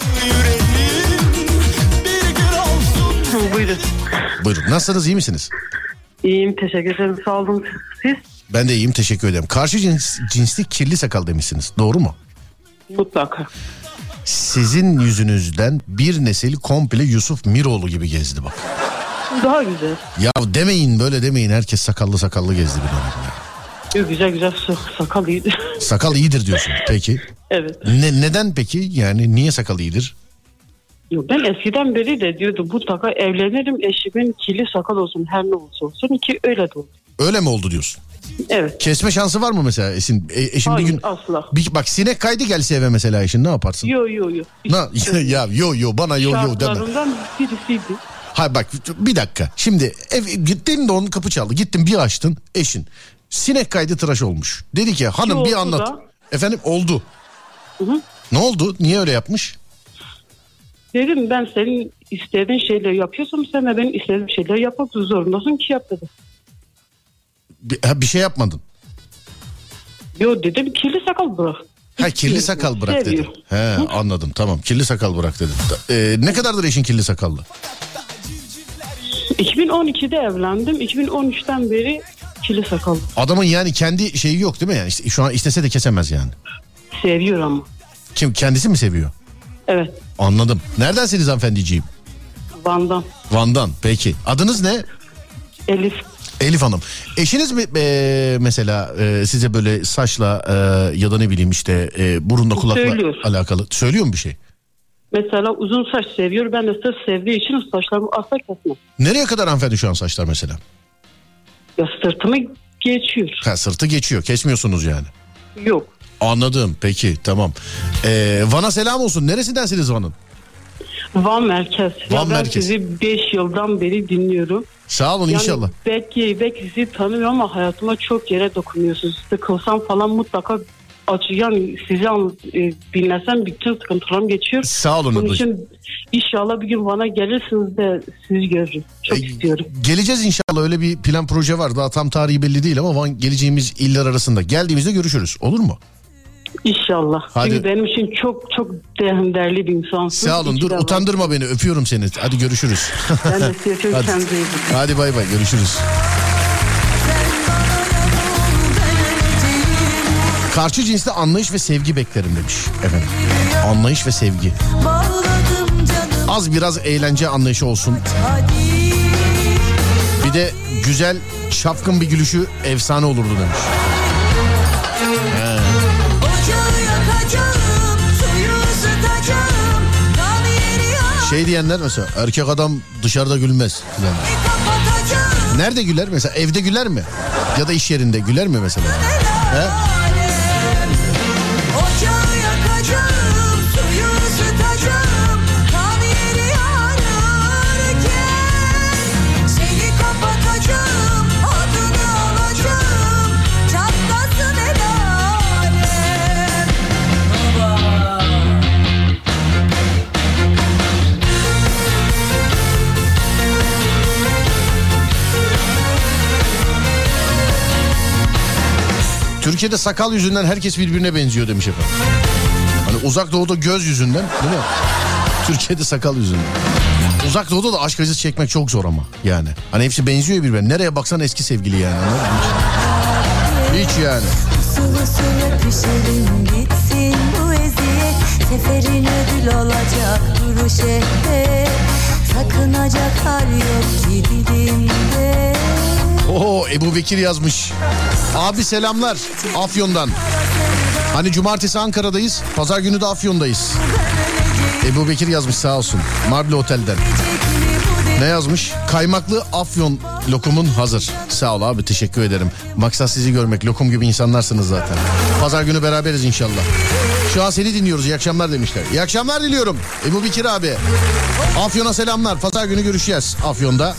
Buyurun. Buyurun. Nasılsınız, iyi misiniz? İyiyim, teşekkür ederim. Sağ olun. Siz? Ben de iyiyim, teşekkür ederim. Karşı cins, cinslik kirli sakal demişsiniz. Doğru mu? Mutlaka. Sizin yüzünüzden bir nesil komple Yusuf Miroğlu gibi gezdi bak. Daha güzel. Ya demeyin, böyle demeyin. Herkes sakallı sakallı gezdi bir dönem ya. Yok, güzel güzel sakal iyidir. Sakal iyidir diyorsun. Peki. Evet. Ne, neden peki? Yani niye sakal iyidir? Yok, ben eskiden beri de diyordum mutlaka evlenirim, eşimin kirli sakal olsun her ne olursa olsun ki öyle de oldu. Öyle mi oldu diyorsun? Evet. Kesme şansı var mı mesela Esin? E, eşin Hayır, bir gün asla. Bir, bak sinek kaydı gelse eve mesela eşin, ne yaparsın? Yo yo yo. Na, ya yo yo bana yo yo deme. Şartlarından birisiydi. Hayır bak bir dakika. Şimdi ev, gittin de onun kapı çaldı. Gittin bir açtın, eşin sinek kaydı tıraş olmuş. Dedi ki hanım Yo, bir anlat. da. Efendim oldu. Hı hı. Ne oldu? Niye öyle yapmış? Dedim ben senin istediğin şeyleri yapıyorsam sen de benim istediğim şeyleri yapmak zorundasın ki yap dedi. Bir, ha, bir şey yapmadın. Yo dedim kirli sakal bırak. Ha kirli sakal bırak Seviyor. dedi. He Hı? Anladım tamam, kirli sakal bırak dedi. Ee, ne kadardır eşin kirli sakallı? iki bin on ikide evlendim. iki bin on üçten beri kirli sakal. Adamın yani kendi şeyi yok değil mi? Yani işte, şu an istese de kesemez yani. Seviyor ama. Kim, kendisi mi seviyor? Evet. Anladım. Neredensiniz hanımefendiciğim? Van'dan. Van'dan peki. Adınız ne? Elif. Elif Hanım. Eşiniz mi e, mesela e, size böyle saçla e, ya da ne bileyim işte e, burunla kulakla Söylüyor. alakalı söylüyor mu bir şey? Mesela uzun saç seviyor. Ben de sırf sevdiği için saçlarımı asla kesmem. Nereye kadar hanımefendi şu an saçlar mesela? Ya sırtımı geçiyor. Ha, sırtı geçiyor. Kesmiyorsunuz yani. Yok. Anladım. Peki tamam. Ee, Van'a selam olsun. Neresindensiniz Van'ın? Van Merkez. Van ya ben Merkez. sizi beş yıldan beri dinliyorum. Sağ olun yani inşallah. Belki, belki sizi tanımıyorum ama hayatıma çok yere dokunuyorsunuz. Sıkılsam falan mutlaka açı yani sizi an, e, dinlesem bütün sıkıntılarım geçiyor. Sağ olun Bunun ablacığım. için inşallah bir gün Van'a gelirsiniz de sizi görürüm. Çok E, istiyorum. Geleceğiz inşallah, öyle bir plan proje var. Daha tam tarihi belli değil ama Van geleceğimiz iller arasında. Geldiğimizde görüşürüz. Olur mu? İnşallah. Hadi. Çünkü benim için çok çok değerli bir insansın. Sağ olun. Dur utandırma beni. Öpüyorum seni. Hadi görüşürüz. Ben de size çok Hadi. kendinize iyi bakın. Hadi bay bay. Görüşürüz. Karşı cinste anlayış ve sevgi beklerim demiş efendim. Anlayış ve sevgi. Az biraz eğlence anlayışı olsun. Bir de güzel şapkın bir gülüşü efsane olurdu demiş. He. Şey diyenler mesela, erkek adam dışarıda gülmez falan. Nerede güler mesela? Evde güler mi? Ya da iş yerinde güler mi mesela? He? Türkiye'de sakal yüzünden herkes birbirine benziyor demiş efendim. Hani uzak doğuda göz yüzünden değil mi? Türkiye'de sakal yüzünden. Uzak doğuda da aşk acısı çekmek çok zor ama yani. Hani hepsi benziyor birbirine. Nereye baksan eski sevgili yani. Hiç, Hiç yani. Sulu sulu pişirin gitsin bu eziyet. Seferin ödül olacak duru şehre. Sakınacak hal yok ki dilimde. Oo, Ebu Bekir yazmış. Abi selamlar Afyon'dan. Hani cumartesi Ankara'dayız, pazar günü de Afyon'dayız. Ebu Bekir yazmış sağ olsun. Marble Otel'den. Ne yazmış? Kaymaklı Afyon lokumun hazır. Sağ ol abi, teşekkür ederim. Maksat sizi görmek, lokum gibi insanlarsınız zaten. Pazar günü beraberiz inşallah. Şu an seni dinliyoruz, iyi akşamlar demişler. İyi akşamlar diliyorum Ebu Bekir abi. Afyon'a selamlar, pazar günü görüşeceğiz Afyon'da.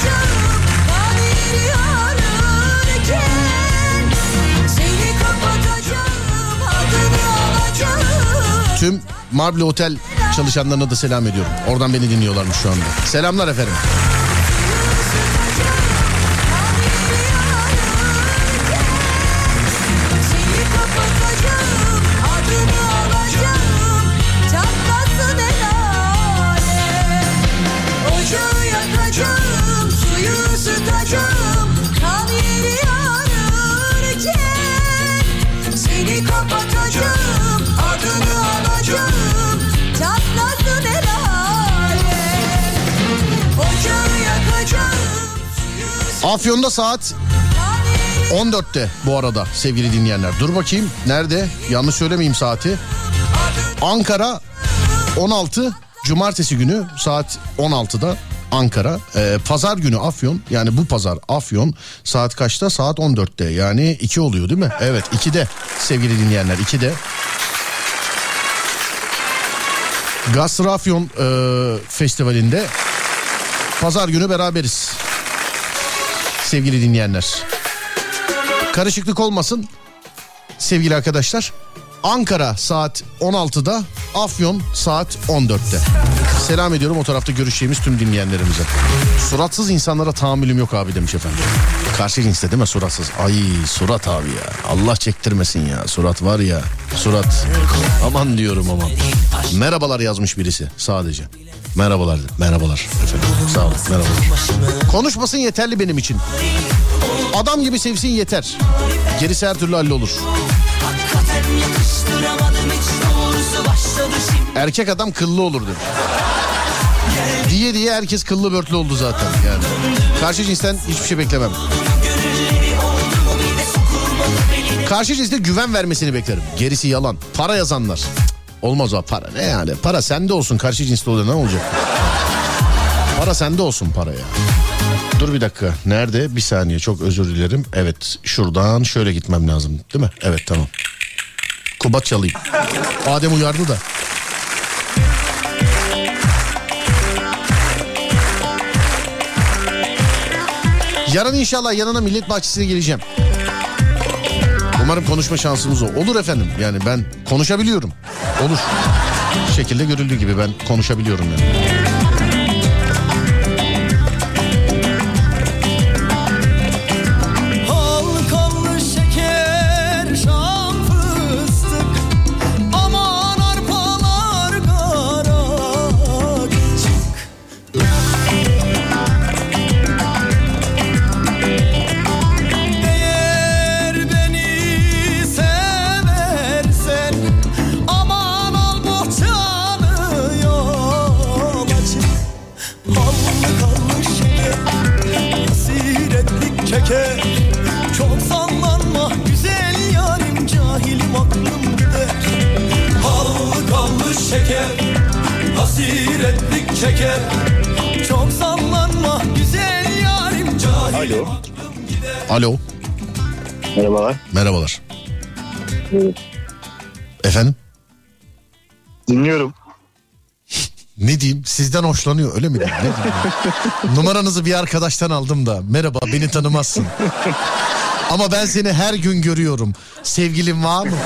Tüm Marble Otel çalışanlarına da selam ediyorum. Oradan beni dinliyorlarmış şu anda. Selamlar efendim. Afyon'da saat on dörtte bu arada sevgili dinleyenler. Dur bakayım nerede? Yanlış söylemeyeyim saati. Ankara on altı, Cumartesi günü saat on altıda Ankara. Ee, pazar günü Afyon, yani bu pazar Afyon saat kaçta? Saat on dörtte, yani iki oluyor değil mi? Evet, ikide sevgili dinleyenler, ikide. Gastro Afyon e, Festivali'nde pazar günü beraberiz sevgili dinleyenler. Karışıklık olmasın sevgili arkadaşlar. Ankara saat on altıda, Afyon saat on dörtte. Selam ediyorum o tarafta görüşeceğimiz tüm dinleyenlerimize. Suratsız insanlara tahammülüm yok abi demiş efendim. Karşı cinste değil mi suratsız? Ay surat abi ya. Allah çektirmesin ya. Surat var ya. Surat. Aman diyorum aman. Merhabalar yazmış birisi sadece. Merhabalar. Merhabalar efendim. Sağ olun. Merhabalar. Konuşmasın yeterli benim için. Adam gibi sevsin yeter. Gerisi her türlü hallolur. Erkek adam kıllı olur demiş. Diye diye herkes kıllı börtlü oldu zaten yani. Karşı cinsten hiçbir şey beklemem. Karşı cinste güven vermesini beklerim. Gerisi yalan. Para yazanlar. Cık, olmaz o para. Ne yani? Para sende olsun, karşı cinste oluyor, ne olacak? Para sende olsun para ya. Dur bir dakika. Nerede? Bir saniye, çok özür dilerim. Evet, şuradan şöyle gitmem lazım değil mi? Evet, tamam. Kubat çalayım. Adem uyardı da. Yarın inşallah yanına Millet Bahçesi'ne geleceğim. Umarım konuşma şansımız o. Olur efendim. Yani ben konuşabiliyorum. Olur. Bu şekilde görüldüğü gibi ben konuşabiliyorum yani. Çok sallanma güzel yarim, cahilim aklım gider. Hallı kallı şeker, hasiretlik çeker. Çok sallanma güzel yarim, cahilim Alo. aklım gider. Alo. Merhabalar. Merhabalar. Efendim? Dinliyorum. Ne diyeyim? Sizden hoşlanıyor öyle mi diyeyim? Ne diyeyim? Numaranızı bir arkadaştan aldım da. Merhaba, beni tanımazsın. Ama ben seni her gün görüyorum. Sevgilin var mı?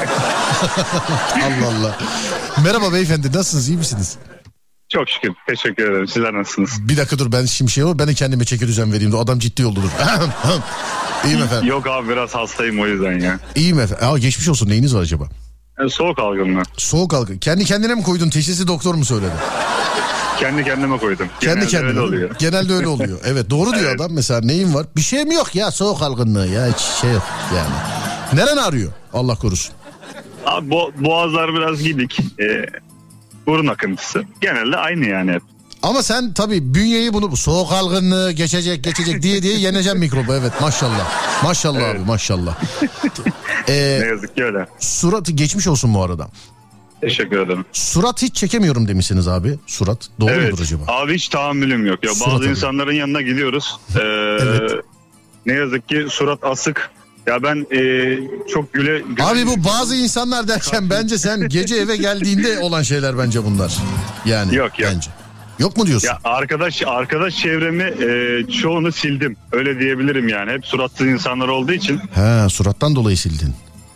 Allah Allah. Merhaba beyefendi, nasılsınız, iyi misiniz? Çok şükür, teşekkür ederim. Sizler nasılsınız? Bir dakika dur, ben şimdi şey olur, ben de kendime çeki düzen vereyim. O adam ciddi oldu dur. İyiyim efendim. Yok abi, biraz hastayım o yüzden ya. İyiyim efendim. Aa, geçmiş olsun, neyiniz var acaba? Yani soğuk algınlığı. Soğuk algın. Kendi kendine mi koydun? Teşhisi doktor mu söyledi? Kendi kendime koydum. Kendi Genelde kendine öyle oluyor. Genelde öyle oluyor. Evet, doğru diyor Evet. adam. Mesela neyin var? Bir şey mi yok ya, soğuk algınlığı ya, hiç şey yok yani. Neren ağrıyor? Allah korusun. Abi bo- boğazlar biraz gidik. Ee, burun akıntısı. Genelde aynı yani hep. Ama sen tabii bünyeyi bunu soğuk algınlığı geçecek geçecek diye diye yeneceksin mikrobu. Evet, maşallah. Maşallah Evet. abi, maşallah. Ee, Ne yazık ki öyle. suratı geçmiş olsun bu arada. Teşekkür ederim. Surat hiç çekemiyorum demişsiniz abi. Surat doğru Evet. mudur acaba? Abi hiç tahammülüm yok. Ya Surat bazı abi. insanların yanına gidiyoruz. Ee, Evet. Ne yazık ki surat asık. Ya ben e, çok güle... güle Abi bu bazı insanlar derken bence sen gece eve geldiğinde olan şeyler bence bunlar. Yani Yok, yok. bence. Yok mu diyorsun? Ya arkadaş arkadaş çevremi e, çoğunu sildim. Öyle diyebilirim yani. Hep suratsız insanlar olduğu için. He, surattan dolayı sildin.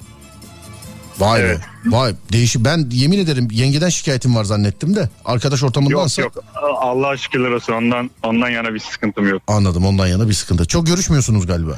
Vay Evet. be. Vay, değişik. Ben yemin ederim yengeden şikayetim var zannettim de. Arkadaş Yok ortamındansa. yok. Allah'a şükürler olsun. Ondan ondan yana bir sıkıntım yok. Anladım, ondan yana bir sıkıntı. Çok görüşmüyorsunuz galiba.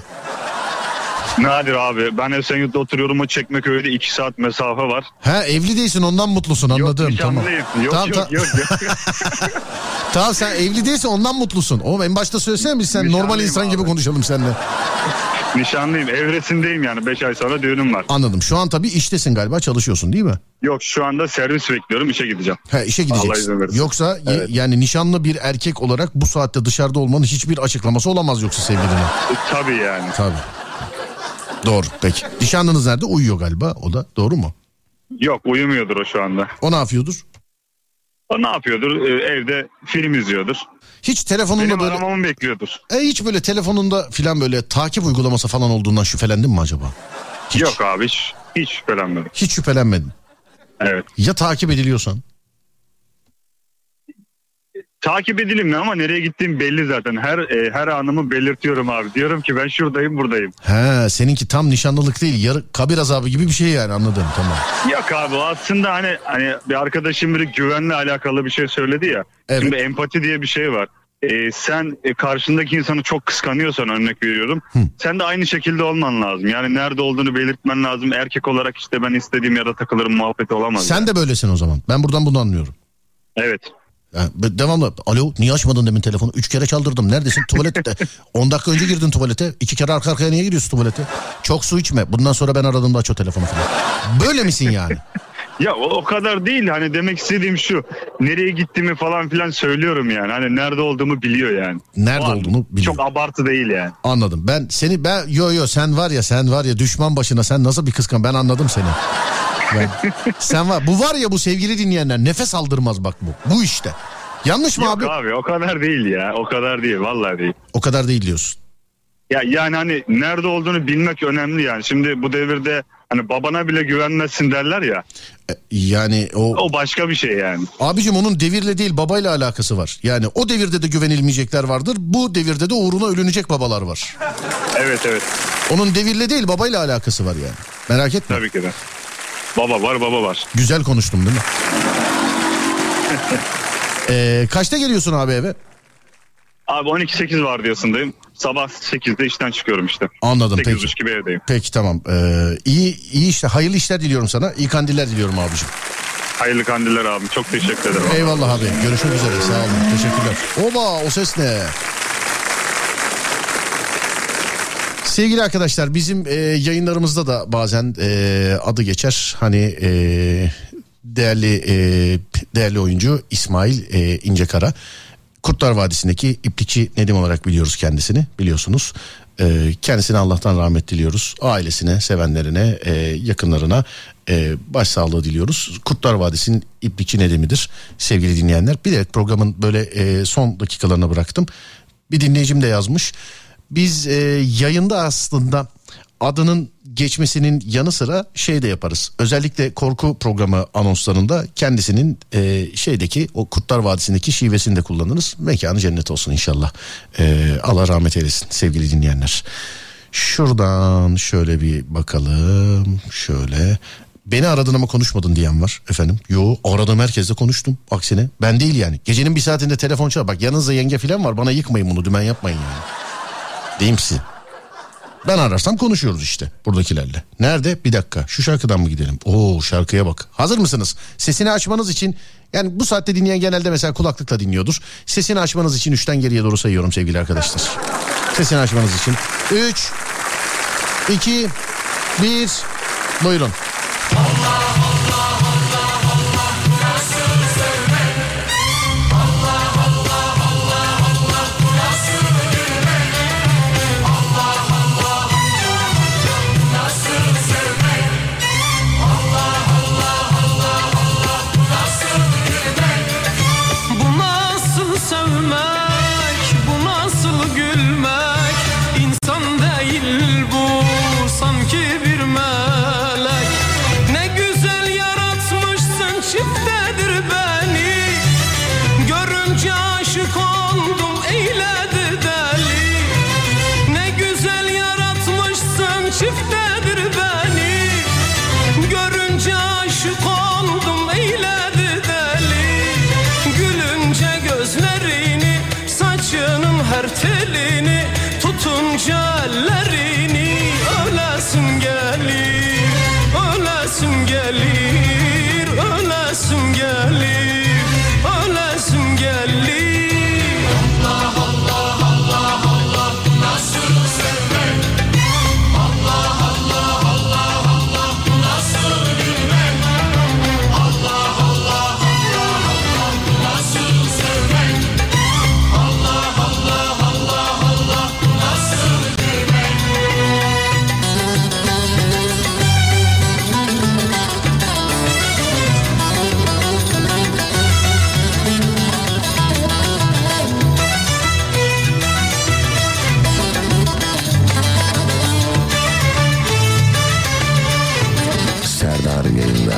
Nadir abi. Ben Esenyurt'ta oturuyorum. O Çekmeköy'de iki saat mesafe var. Ha, evli değilsin, ondan mutlusun, anladım. Yok, Tamam. nişanlıyım. Yok, Tamam, yok, ta- yok, yok. Tamam, sen evli değilsin, ondan mutlusun. Oğlum en başta söylesene, biz sen Nişanlıyım normal insan abi. gibi konuşalım seninle. Nişanlıyım. Evresindeyim yani. Beş ay sonra düğünüm var. Anladım. Şu an tabii iştesin galiba, çalışıyorsun değil mi? Yok, şu anda servis bekliyorum. İşe gideceğim. He, işe Allah gideceksin. izin verirse. Yoksa ye- Evet. yani nişanlı bir erkek olarak bu saatte dışarıda olmanın hiçbir açıklaması olamaz yoksa sevgiline. E, tabii yani. Tabii. Doğru, peki. Nişanlınız nerede? Uyuyor galiba o da, doğru mu? Yok, uyumuyordur o şu anda. O ne yapıyordur? O ne yapıyordur? Ee, evde film izliyordur. Hiç telefonunda Benim böyle... aramamı bekliyordur. E hiç böyle telefonunda filan böyle takip uygulaması falan olduğundan şüphelendin mi acaba? Hiç. Yok abi hiç, hiç şüphelenmedim. Hiç şüphelenmedin. Evet. Ya takip ediliyorsan? Takip edilim ne ama nereye gittiğim belli zaten. Her e, her anımı belirtiyorum abi. Diyorum ki ben şuradayım buradayım. He, seninki tam nişanlılık değil, yarı kabir azabı gibi bir şey yani, anladım, tamam. Yok abi aslında hani hani bir arkadaşım biri güvenle alakalı bir şey söyledi ya. Evet. Şimdi empati diye bir şey var. Ee, sen e, karşındaki insanı çok kıskanıyorsan, örnek veriyorum. Hı. Sen de aynı şekilde olman lazım. Yani nerede olduğunu belirtmen lazım. Erkek olarak işte ben istediğim yerde takılırım muhabbeti olamaz. Sen yani. De böylesin o zaman. Ben buradan bunu anlıyorum. Evet. Yani devamlı alo niye açmadın demin telefonu? Üç kere çaldırdım. Neredesin? Tuvalette. on dakika önce girdin tuvalete. İki kere arka arkaya niye giriyorsun tuvalete? Çok su içme. Bundan sonra ben aradığımda aç o telefonu falan. Böyle misin yani? Ya o, o kadar değil. Hani demek istediğim şu. Nereye gittiğimi falan filan söylüyorum yani. Hani nerede olduğumu biliyor yani. Nerede o olduğunu biliyor. Çok abartı değil yani. Anladım. Ben seni ben yo yo sen var ya sen var ya düşman başına sen nasıl bir kıskan, ben anladım seni. Ben, sen var. Bu var ya bu sevgili dinleyenler nefes aldırmaz bak bu. Bu işte. Yanlış mı Yok abi? Yok abi o kadar değil ya. O kadar değil. Vallahi değil. O kadar değil diyorsun. Ya yani hani nerede olduğunu bilmek önemli yani. Şimdi bu devirde hani babana bile güvenmezsin derler ya. E, yani o... O başka bir şey yani. Abicim onun devirle değil babayla alakası var. Yani o devirde de güvenilmeyecekler vardır. Bu devirde de uğruna ölünecek babalar var. Evet evet. Onun devirle değil babayla alakası var yani. Merak etme. Tabii ki de. Baba var baba var. Güzel konuştum değil mi? ee, kaçta geliyorsun abi eve? Abi on iki sekiz vardiyasındayım. Sabah sekizde işten çıkıyorum işte. Anladım sekiz peki. gibi evdeyim. Peki tamam. Ee, iyi iyi işte hayırlı işler diliyorum sana. İyi kandiller diliyorum abicim. Hayırlı kandiller abi. Çok teşekkür ederim. Eyvallah abi. Görüşmek üzere. Sağ olun. Teşekkürler. Oba o ses ne? Sevgili arkadaşlar bizim e, yayınlarımızda da bazen e, adı geçer. Hani e, değerli e, değerli oyuncu İsmail e, İncekara. Kurtlar Vadisi'ndeki İplikçi Nedim olarak biliyoruz kendisini, biliyorsunuz. Ee, kendisine Allah'tan rahmet diliyoruz. Ailesine, sevenlerine, e, yakınlarına e, başsağlığı diliyoruz. Kurtlar Vadisi'nin İplikçi Nedim'idir sevgili dinleyenler. Bilerek programın böyle e, son dakikalarına bıraktım. Bir dinleyicim de yazmış. Biz e, yayında aslında adının geçmesinin yanı sıra şey de yaparız. Özellikle korku programı anonslarında kendisinin e, şeydeki o Kurtlar Vadisi'ndeki şivesini de kullanırız. Mekanı cennet olsun inşallah. E, Allah rahmet eylesin sevgili dinleyenler. Şuradan şöyle bir bakalım. Şöyle. Beni aradın ama konuşmadın diyen var efendim. Yo aradığım herkesle konuştum. Aksine ben değil yani. Gecenin bir saatinde telefon çal. Bak yanınızda yenge falan var. Bana yıkmayın bunu, dümen yapmayın yani. Diyeyim size. Ben ararsam konuşuyoruz işte buradakilerle. Nerede? Bir dakika şu şarkıdan mı gidelim? Oo şarkıya bak. Hazır mısınız? Sesini açmanız için, yani bu saatte dinleyen genelde mesela kulaklıkla dinliyordur. Sesini açmanız için üçten geriye doğru sayıyorum sevgili arkadaşlar. Sesini açmanız için. Üç, iki, bir, buyurun. Allah Allah Allah Allah nasıl sevmek? Allah Allah Allah Allah nasıl gülmek? Allah Allah nasıl sevmek? Allah Allah Allah Allah nasıl gülmek? Bu nasıl sevmek? Bu nasıl gülmek? İnsan değil bu, sanki bir melek. Ne güzel yaratmışsın, çiftedir beni. Görünce aşık oldum, eyledi deli. Ne güzel yaratmışsın, çiftedir beni. Görünce aşık oldum, eyledi deli. Gülünce gözlerini, saçının her telini, tutunca ellerini, ölesim gelir, ölesim gelir, ölesim gelir, ölesim gelir. Allah Allah Allah Allah nasıl sevmek? Allah Allah Allah Allah nasıl gülmek? Allah Allah Allah Allah nasıl sevmek? Allah Allah Allah Allah nasıl gülmek? be.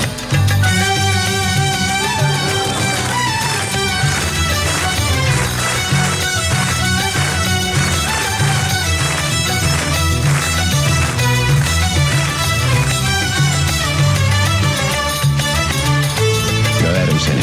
Döverim seni.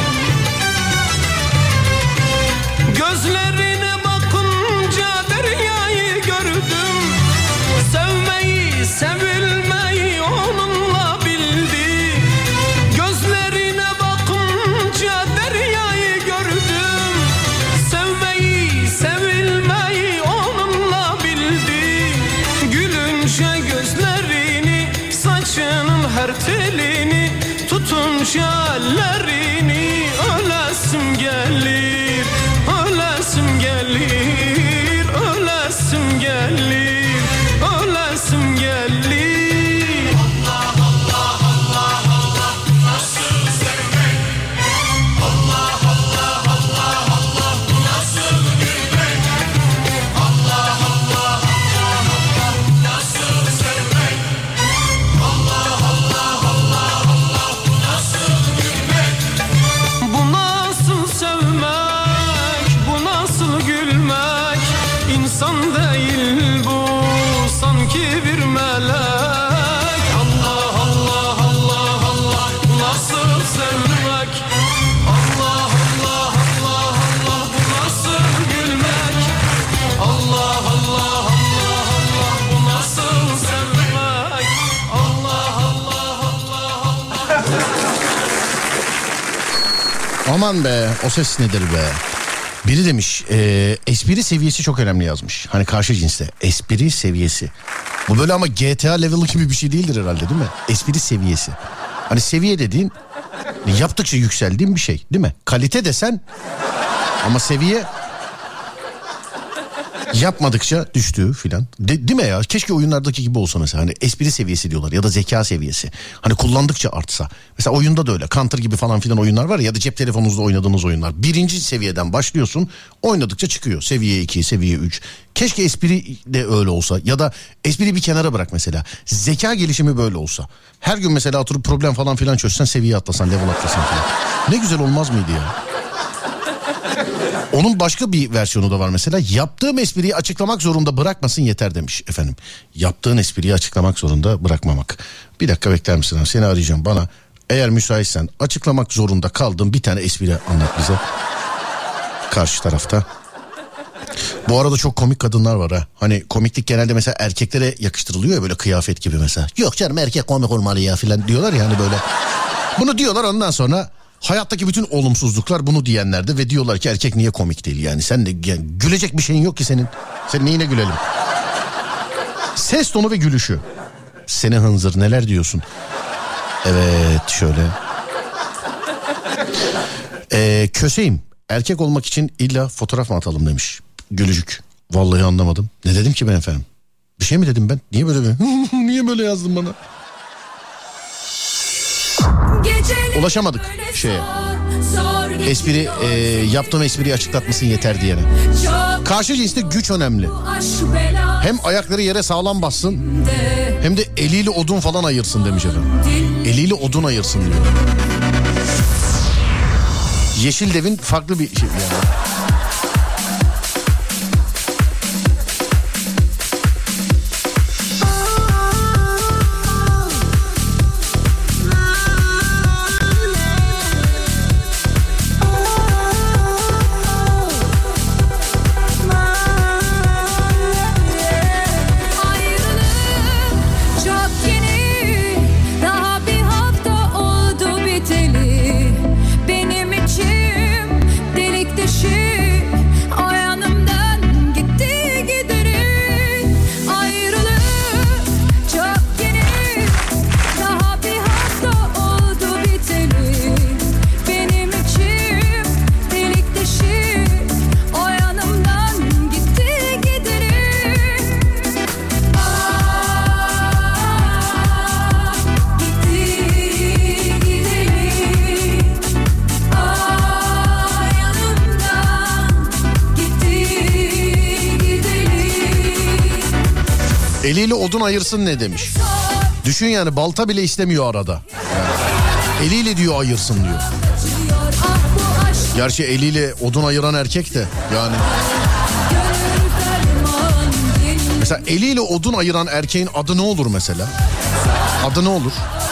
Gözlerine bakınca deryayı gördüm. Sevmeyi, sevilmeyi onunla bildi. Gözlerine bakınca deryayı gördüm. Sevmeyi, sevilmeyi onunla bildi. Gülünce gözlerini, saçının her telini, tutunca ellerini ölesim gelir, ölesim gelir, ölesim gelir, ölesim gelir. Allah Allah Allah Allah nasıl sevmek? Allah Allah Allah Allah nasıl gülmek? Allah Allah Allah Allah nasıl sevmek? Allah Allah Allah Allah nasıl gülmek? Bu nasıl sevmek? Bu nasıl gülmek? İnsan değil bu, sanki bir melek. Allah Allah Allah Allah bu nasıl sevmek? Allah Allah Allah Allah bu nasıl gülmek? Allah Allah Allah Allah bu nasıl sevmek? Allah Allah Allah Allah. Aman be, o ses nedir be? Biri demiş e, espri seviyesi çok önemli yazmış. Hani karşı cinste espri seviyesi. Bu böyle ama G T A level gibi bir şey değildir herhalde, değil mi? Espri seviyesi. Hani seviye dediğin yaptıkça yükseldiğin bir şey, değil mi? Kalite desen ama seviye yapmadıkça düştüğü filan. De, değil mi ya? Keşke oyunlardaki gibi olsa mesela. Hani espri seviyesi diyorlar ya da zeka seviyesi. Hani kullandıkça artsa. Mesela oyunda da öyle. Counter gibi falan filan oyunlar var ya, ya da cep telefonunuzda oynadığınız oyunlar. Birinci seviyeden başlıyorsun. Oynadıkça çıkıyor. Seviye iki, seviye üç. Keşke espri de öyle olsa. Ya da espriyi bir kenara bırak mesela. Zeka gelişimi böyle olsa. Her gün mesela oturup problem falan filan çözsen, seviye atlasan, level atlasan falan. Ne güzel olmaz mıydı ya? Onun başka bir versiyonu da var mesela. Yaptığım espriyi açıklamak zorunda bırakmasın yeter demiş efendim. Yaptığın espriyi açıklamak zorunda bırakmamak. Bir dakika bekler misin abi? Seni arayacağım. Bana eğer müsaitsen açıklamak zorunda kaldığın bir tane espri anlat bize. Karşı tarafta. Bu arada çok komik kadınlar var ha. Hani komiklik genelde mesela erkeklere yakıştırılıyor ya, böyle kıyafet gibi mesela. Yok canım, erkek komik olmalı ya filan diyorlar ya hani böyle. Bunu diyorlar, ondan sonra hayattaki bütün olumsuzluklar bunu diyenlerde ve diyorlar ki erkek niye komik değil yani. Sen de yani, gülecek bir şeyin yok ki senin. Sen neyine gülelim? Ses tonu ve gülüşü. Seni hınzır, neler diyorsun? Evet şöyle. Ee, köseyim. Erkek olmak için illa fotoğraf mı atalım demiş. Gülücük. Vallahi anlamadım. Ne dedim ki ben efendim? Bir şey mi dedim ben? Niye böyle bir... Niye böyle yazdın bana? Ulaşamadık şeye. Espri e, yaptığım espriyi açıklatmasın yeter diyene. Karşı cinste güç önemli. Hem ayakları yere sağlam bassın, hem de eliyle odun falan ayırsın demiş efendim. Eliyle odun ayırsın diyor. Yeşil Dev'in farklı bir şey yani. Eliyle odun ayırsın ne demiş? Düşün yani, balta bile istemiyor arada. Yani. Eliyle diyor ayırsın diyor. Gerçi eliyle odun ayıran erkek de yani. Mesela eliyle odun ayıran erkeğin adı ne olur mesela? Adı ne olur?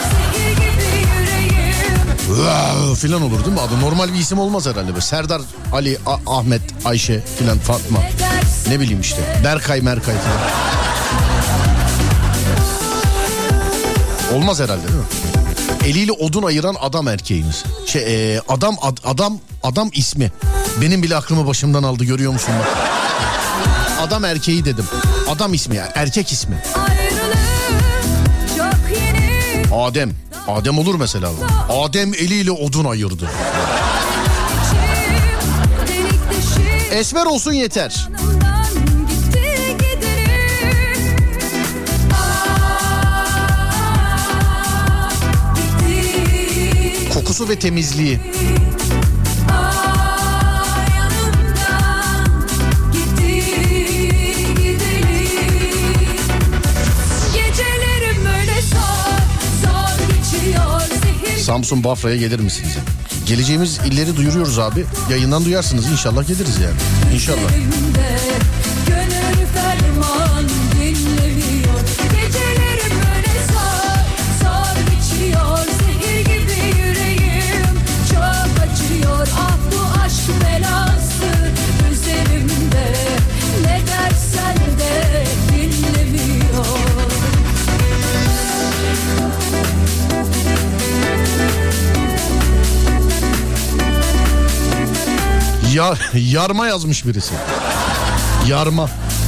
Vaa, filan olur değil mi adı? Normal bir isim olmaz herhalde. Böyle Serdar, Ali, A- Ahmet, Ayşe filan, Fatma. Ne bileyim işte. Berkay, Merkay filan. Olmaz herhalde değil mi? Eliyle odun ayıran adam erkeğimiz. Şey, e, adam ad, adam adam ismi. Benim bile aklımı başımdan aldı, görüyor musun bak? Adam erkeği dedim. Adam ismi yani, erkek ismi. Adem. Adem olur mesela. Adem eliyle odun ayırdı. Esmer olsun yeter. Kokusu ve temizliği. Samsun Bafra'ya gelir misiniz? Geleceğimiz illeri duyuruyoruz abi. Yayından duyarsınız, inşallah geliriz yani. İnşallah. Ya, yarma yazmış birisi. Yarma.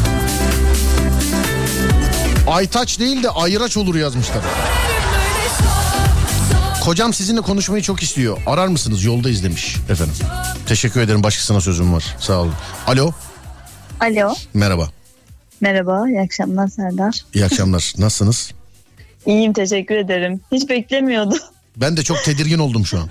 Aytaç değil de ayraç olur yazmışlar. Kocam sizinle konuşmayı çok istiyor. Arar mısınız? Yoldayız demiş efendim. Teşekkür ederim, başkasına sözüm var. Sağ olun. Alo. Alo. Merhaba. Merhaba, iyi akşamlar Serdar. İyi akşamlar. Nasılsınız? İyiyim, teşekkür ederim. Hiç beklemiyordum. Ben de çok tedirgin oldum şu an.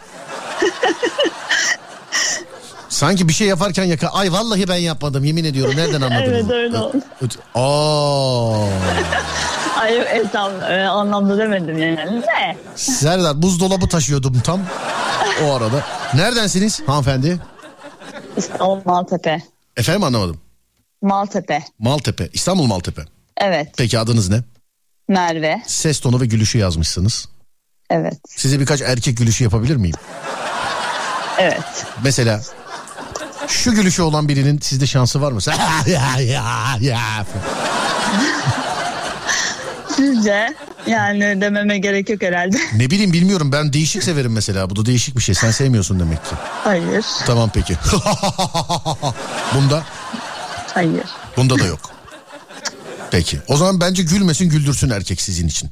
Sanki bir şey yaparken yaka... Ay vallahi ben yapmadım, yemin ediyorum. Nereden anladınız? Evet, öyle oldu. Aa. Ay estağfurullah, öyle anlamda demedim yani. Ne? Serdar, buzdolabı taşıyordum tam o arada. Neredensiniz hanımefendi? İstanbul Maltepe. Efendim, anlamadım. Maltepe. Maltepe. İstanbul Maltepe. Evet. Peki adınız ne? Merve. Ses tonu ve gülüşü yazmışsınız. Evet. Size birkaç erkek gülüşü yapabilir miyim? Evet. Mesela şu gülüşü olan birinin sizde şansı var mı? Sizce? Yani dememe gerek yok herhalde. Ne bileyim, bilmiyorum, ben değişik severim mesela. Bu da değişik bir şey, sen sevmiyorsun demek ki. Hayır. Tamam peki. Bunda? Hayır. Bunda da yok. Peki o zaman bence gülmesin, güldürsün erkek sizin için.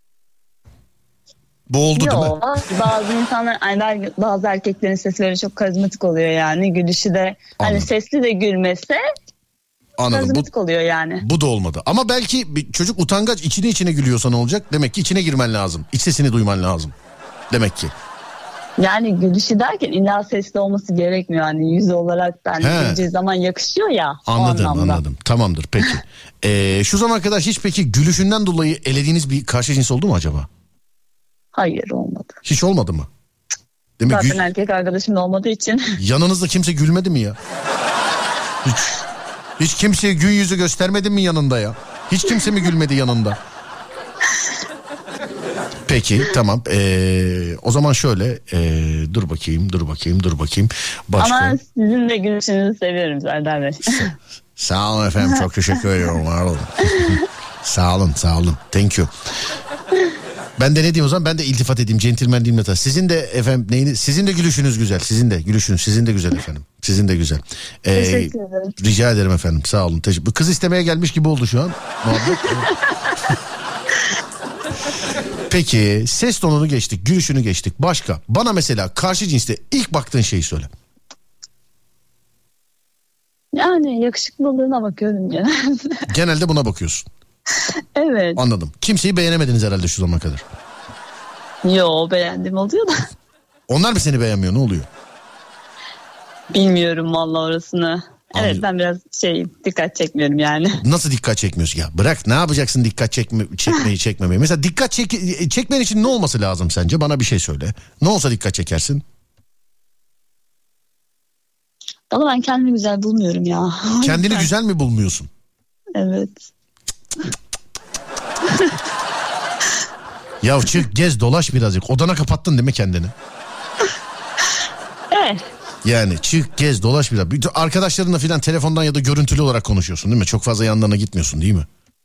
Bu oldu Yo, değil mi? Bazı insanlar, yani bazı erkeklerin sesi böyle çok karizmatik oluyor yani. Gülüşü de hani Anladım. sesli de gülmese Anladım. karizmatik Bu, oluyor yani. bu da olmadı. Ama belki bir çocuk utangaç içine içine gülüyorsa ne olacak? Demek ki içine girmen lazım. İç sesini duyman lazım. Demek ki. Yani gülüşü derken illa sesli olması gerekmiyor. Yani yüz olarak da hani güleceği zaman yakışıyor ya. Anladım anladım. Tamamdır peki. ee, şu zamana kadar hiç peki gülüşünden dolayı elediğiniz bir karşı cins oldu mu acaba? Hayır, olmadı. Hiç olmadı mı? Değil mi? Zaten Gül... erkek arkadaşım da olmadığı için. Yanınızda kimse gülmedi mi ya? Hiç, hiç kimseye gün yüzü göstermedin mi yanında ya? Hiç kimse mi gülmedi yanında? Peki tamam. Ee, o zaman şöyle ee, dur bakayım dur bakayım dur bakayım. Başka... Ama sizin de gülüşünüzü seviyorum Serdar Bey. Sa- sağ olun efendim, çok teşekkür ediyorum. Var olun. Sağ olun sağ olun. Thank you. Ben de ne diyeyim o zaman, ben de iltifat edeyim, centilmen diyeyim de. Sizin de efendim neyini, sizin de gülüşünüz güzel, sizin de gülüşünüz, sizin de güzel efendim, sizin de güzel. Ee, Teşekkür ederim. Rica ederim efendim, sağ olun. Teşekkür. Bu kız istemeye gelmiş gibi oldu şu an. Peki ses tonunu geçtik, gülüşünü geçtik. Başka bana mesela karşı cinste ilk baktığın şeyi söyle. Yani yakışıklılığına bakıyorum genelde. Genelde buna bakıyorsun. Evet. Anladım. Kimseyi beğenemediniz herhalde şu zamana kadar. Yo, beğendim oluyor da. Onlar mı seni beğenmiyor, ne oluyor? Bilmiyorum vallahi orasını. Evet ben biraz şey dikkat çekmiyorum yani. Nasıl dikkat çekmiyorsun ya? Bırak ne yapacaksın dikkat çekme, çekmeyi çekmemeyi. Mesela dikkat çek, çekmen için ne olması lazım sence? Bana bir şey söyle. Ne olsa dikkat çekersin? Valla ben kendimi güzel bulmuyorum ya. Kendini güzel mi bulmuyorsun? Evet. Ya çık gez dolaş birazcık. Odana kapattın değil mi kendini? Evet. Yani çık gez dolaş biraz. Arkadaşlarınla filan telefondan ya da görüntülü olarak konuşuyorsun değil mi? Çok fazla yanlarına gitmiyorsun değil mi?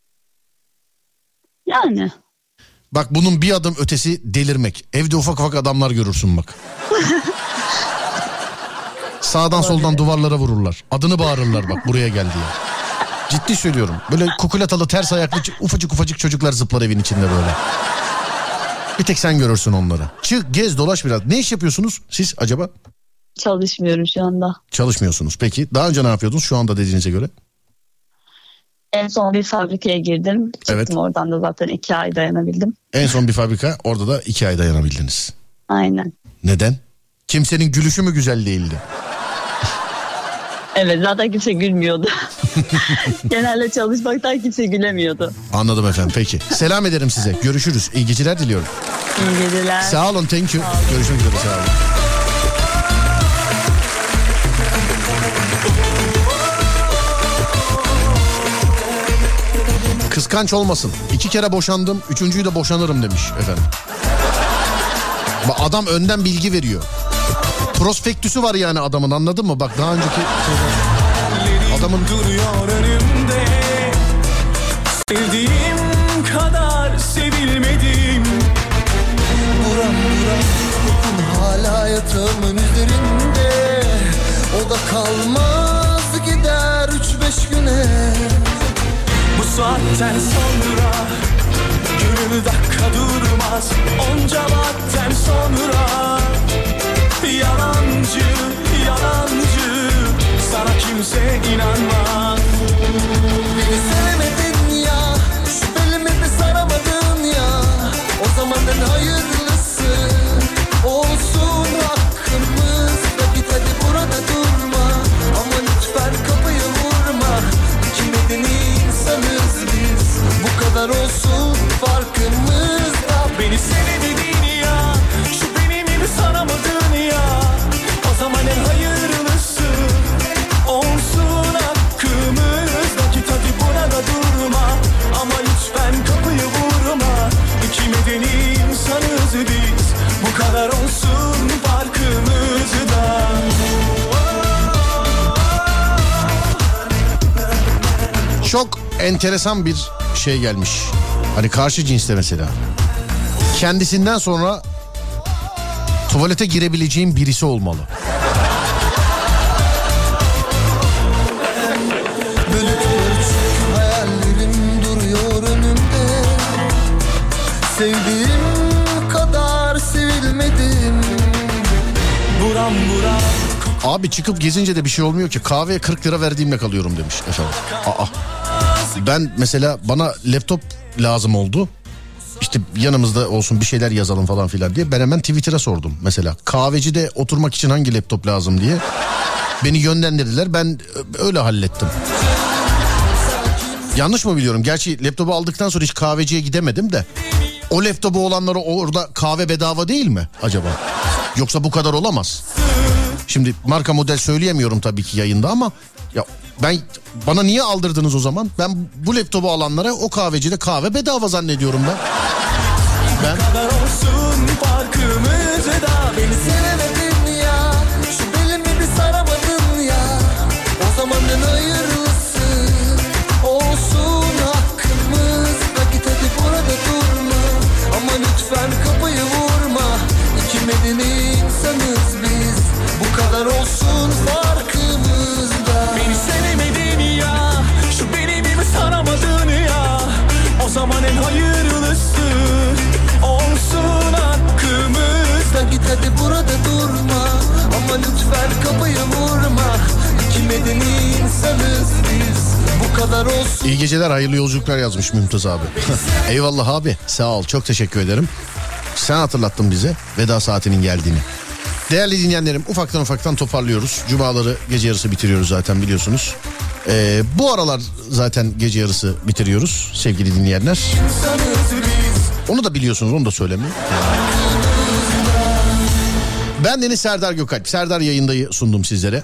Yani. Bak bunun bir adım ötesi delirmek. Evde ufak ufak adamlar görürsün bak. Sağdan Olabilir. soldan duvarlara vururlar. Adını bağırırlar bak buraya gel diye. Ciddi söylüyorum. Böyle kukulatalı ters ayaklı ufacık ufacık çocuklar zıplar evin içinde böyle. Bir tek sen görürsün onları. Çık gez dolaş biraz. Ne iş yapıyorsunuz siz acaba? Çalışmıyorum şu anda. Çalışmıyorsunuz. Peki daha önce ne yapıyordunuz şu anda dediğinize göre? En son bir fabrikaya girdim. Çıktım Evet. oradan da zaten iki ay dayanabildim. En son bir fabrika, orada da iki ay dayanabildiniz. Aynen. Neden? Kimsenin gülüşü mü güzel değildi? Evet zaten kimse gülmüyordu. Genelde çalışmaktan kimse gülemiyordu. Anladım efendim peki. Selam ederim size. Görüşürüz. İyi geceler diliyorum. İyi geceler. Sağ olun, thank you. Görüşmek üzere, sağ olun. Kıskanç olmasın. İki kere boşandım, üçüncüyü de boşanırım demiş efendim. Bak adam önden bilgi veriyor. Prospektüsü var yani adamın, anladın mı? Bak daha önceki adamın duruyor önümde. Sevdiğim kadar sevilmedim. Buram buram kokun hala yatağımın üzerinde. O da kalmaz gider üç beş güne. Bu saatten sonra gönül dakika durmaz. Onca vakten sonra yalancı, yalancı, sana kimse inanmaz. Beni sevmedin ya, şu belimi bir saramadın ya. O zaman en hayırlısı olsun hakkımızda. Git hadi burada durma, ama lütfen kapıyı vurma. İki medeni insanız biz, bu kadar olsun farkımızda. Beni sevmedin ya, şu belimi bir saramadın ya. O zaman en hayırlısı olsun hakkımızda. Git hadi burada durma, ama lütfen kapıyı vurma. İki medeni insanız biz, bu kadar olsun farkımızda. çok enteresan bir şey gelmiş. Hani karşı cinste mesela. Kendisinden sonra tuvalete girebileceğim birisi olmalı. Hayallerim duruyor önümde. Sevdiğim kadar sevilmedim. Buram buram. Abi çıkıp gezince de bir şey olmuyor ki. Kahveye kırk lira verdiğimle kalıyorum demiş efendim. Aa. Ben mesela bana laptop lazım oldu. İşte yanımızda olsun bir şeyler yazalım falan filan diye. Ben hemen Twitter'a sordum mesela. Kahvecide oturmak için hangi laptop lazım diye. Beni yönlendirdiler. Ben öyle hallettim. Yanlış mı biliyorum? Gerçi laptopu aldıktan sonra hiç kahveciye gidemedim de. O laptopu olanlara orada kahve bedava değil mi acaba? Yoksa bu kadar olamaz. Şimdi marka model söyleyemiyorum tabii ki yayında ama ya ben bana niye aldırdınız o zaman? Ben bu laptopu alanlara o kahvecide kahve bedava zannediyorum ben. Ben kadar olsun farkımızda. Beni sevemedin ya, şu belimi bir saramadın ya. O zaman en hayırlısı olsun hakkımızda. Git hadi burada durma, ama lütfen kapıyı vurma. İki medeni insanız biz, bu kadar olsun farkımızda. Beni sevemedin ya, şu belimi mi saramadın ya. O zaman en hayırlısı olsun hakkımızda. Git hadi burada durma, ama lütfen kapıyı vurma. İki medeni insanız biz, bu kadar olsun. İyi geceler, hayırlı yolculuklar yazmış Mümtaz abi. Eyvallah abi, sağ ol, çok teşekkür ederim. Sen hatırlattın bize veda saatinin geldiğini. Değerli dinleyenlerim, ufaktan ufaktan toparlıyoruz. Cumaları gece yarısı bitiriyoruz zaten biliyorsunuz. Ee, bu aralar zaten gece yarısı bitiriyoruz sevgili dinleyenler. Onu da biliyorsunuz, onu da söylemeyeyim. Ben Deniz Serdar Gökalp. Serdar Yayında'yı sundum sizlere.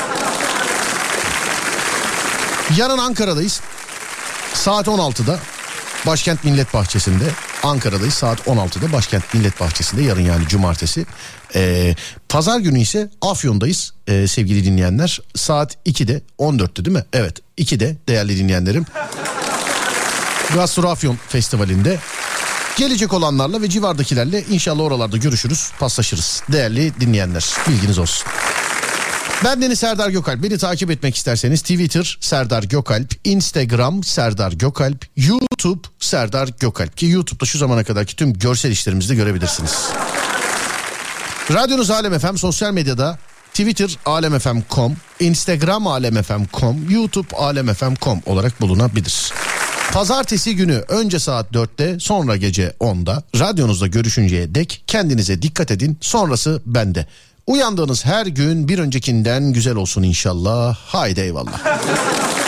Yarın Ankara'dayız. Saat on altıda Başkent Millet Bahçesi'nde. Ankara'dayız saat on altıda Başkent Millet Bahçesi'nde, yarın yani cumartesi. Ee, Pazar günü ise Afyon'dayız ee, sevgili dinleyenler. Saat ikide, on dörtte değil mi? Evet, ikide değerli dinleyenlerim. Gastro Afyon Festivali'nde. Gelecek olanlarla ve civardakilerle inşallah oralarda görüşürüz, paslaşırız. Değerli dinleyenler, bilginiz olsun. Ben Deniz Serdar Gökalp. Beni takip etmek isterseniz Twitter Serdar Gökalp, Instagram Serdar Gökalp, YouTube Serdar Gökalp. Ki YouTube'da şu zamana kadarki tüm görsel işlerimizi de görebilirsiniz. Radyonuz Alem F M, sosyal medyada Twitter alemfm nokta com, Instagram alemfm nokta com, YouTube alemfm nokta com olarak bulunabilir. Pazartesi günü önce saat dörtte, sonra gece onda radyonuzda görüşünceye dek kendinize dikkat edin. Sonrası bende. Uyandığınız her gün bir öncekinden güzel olsun inşallah. Haydi eyvallah.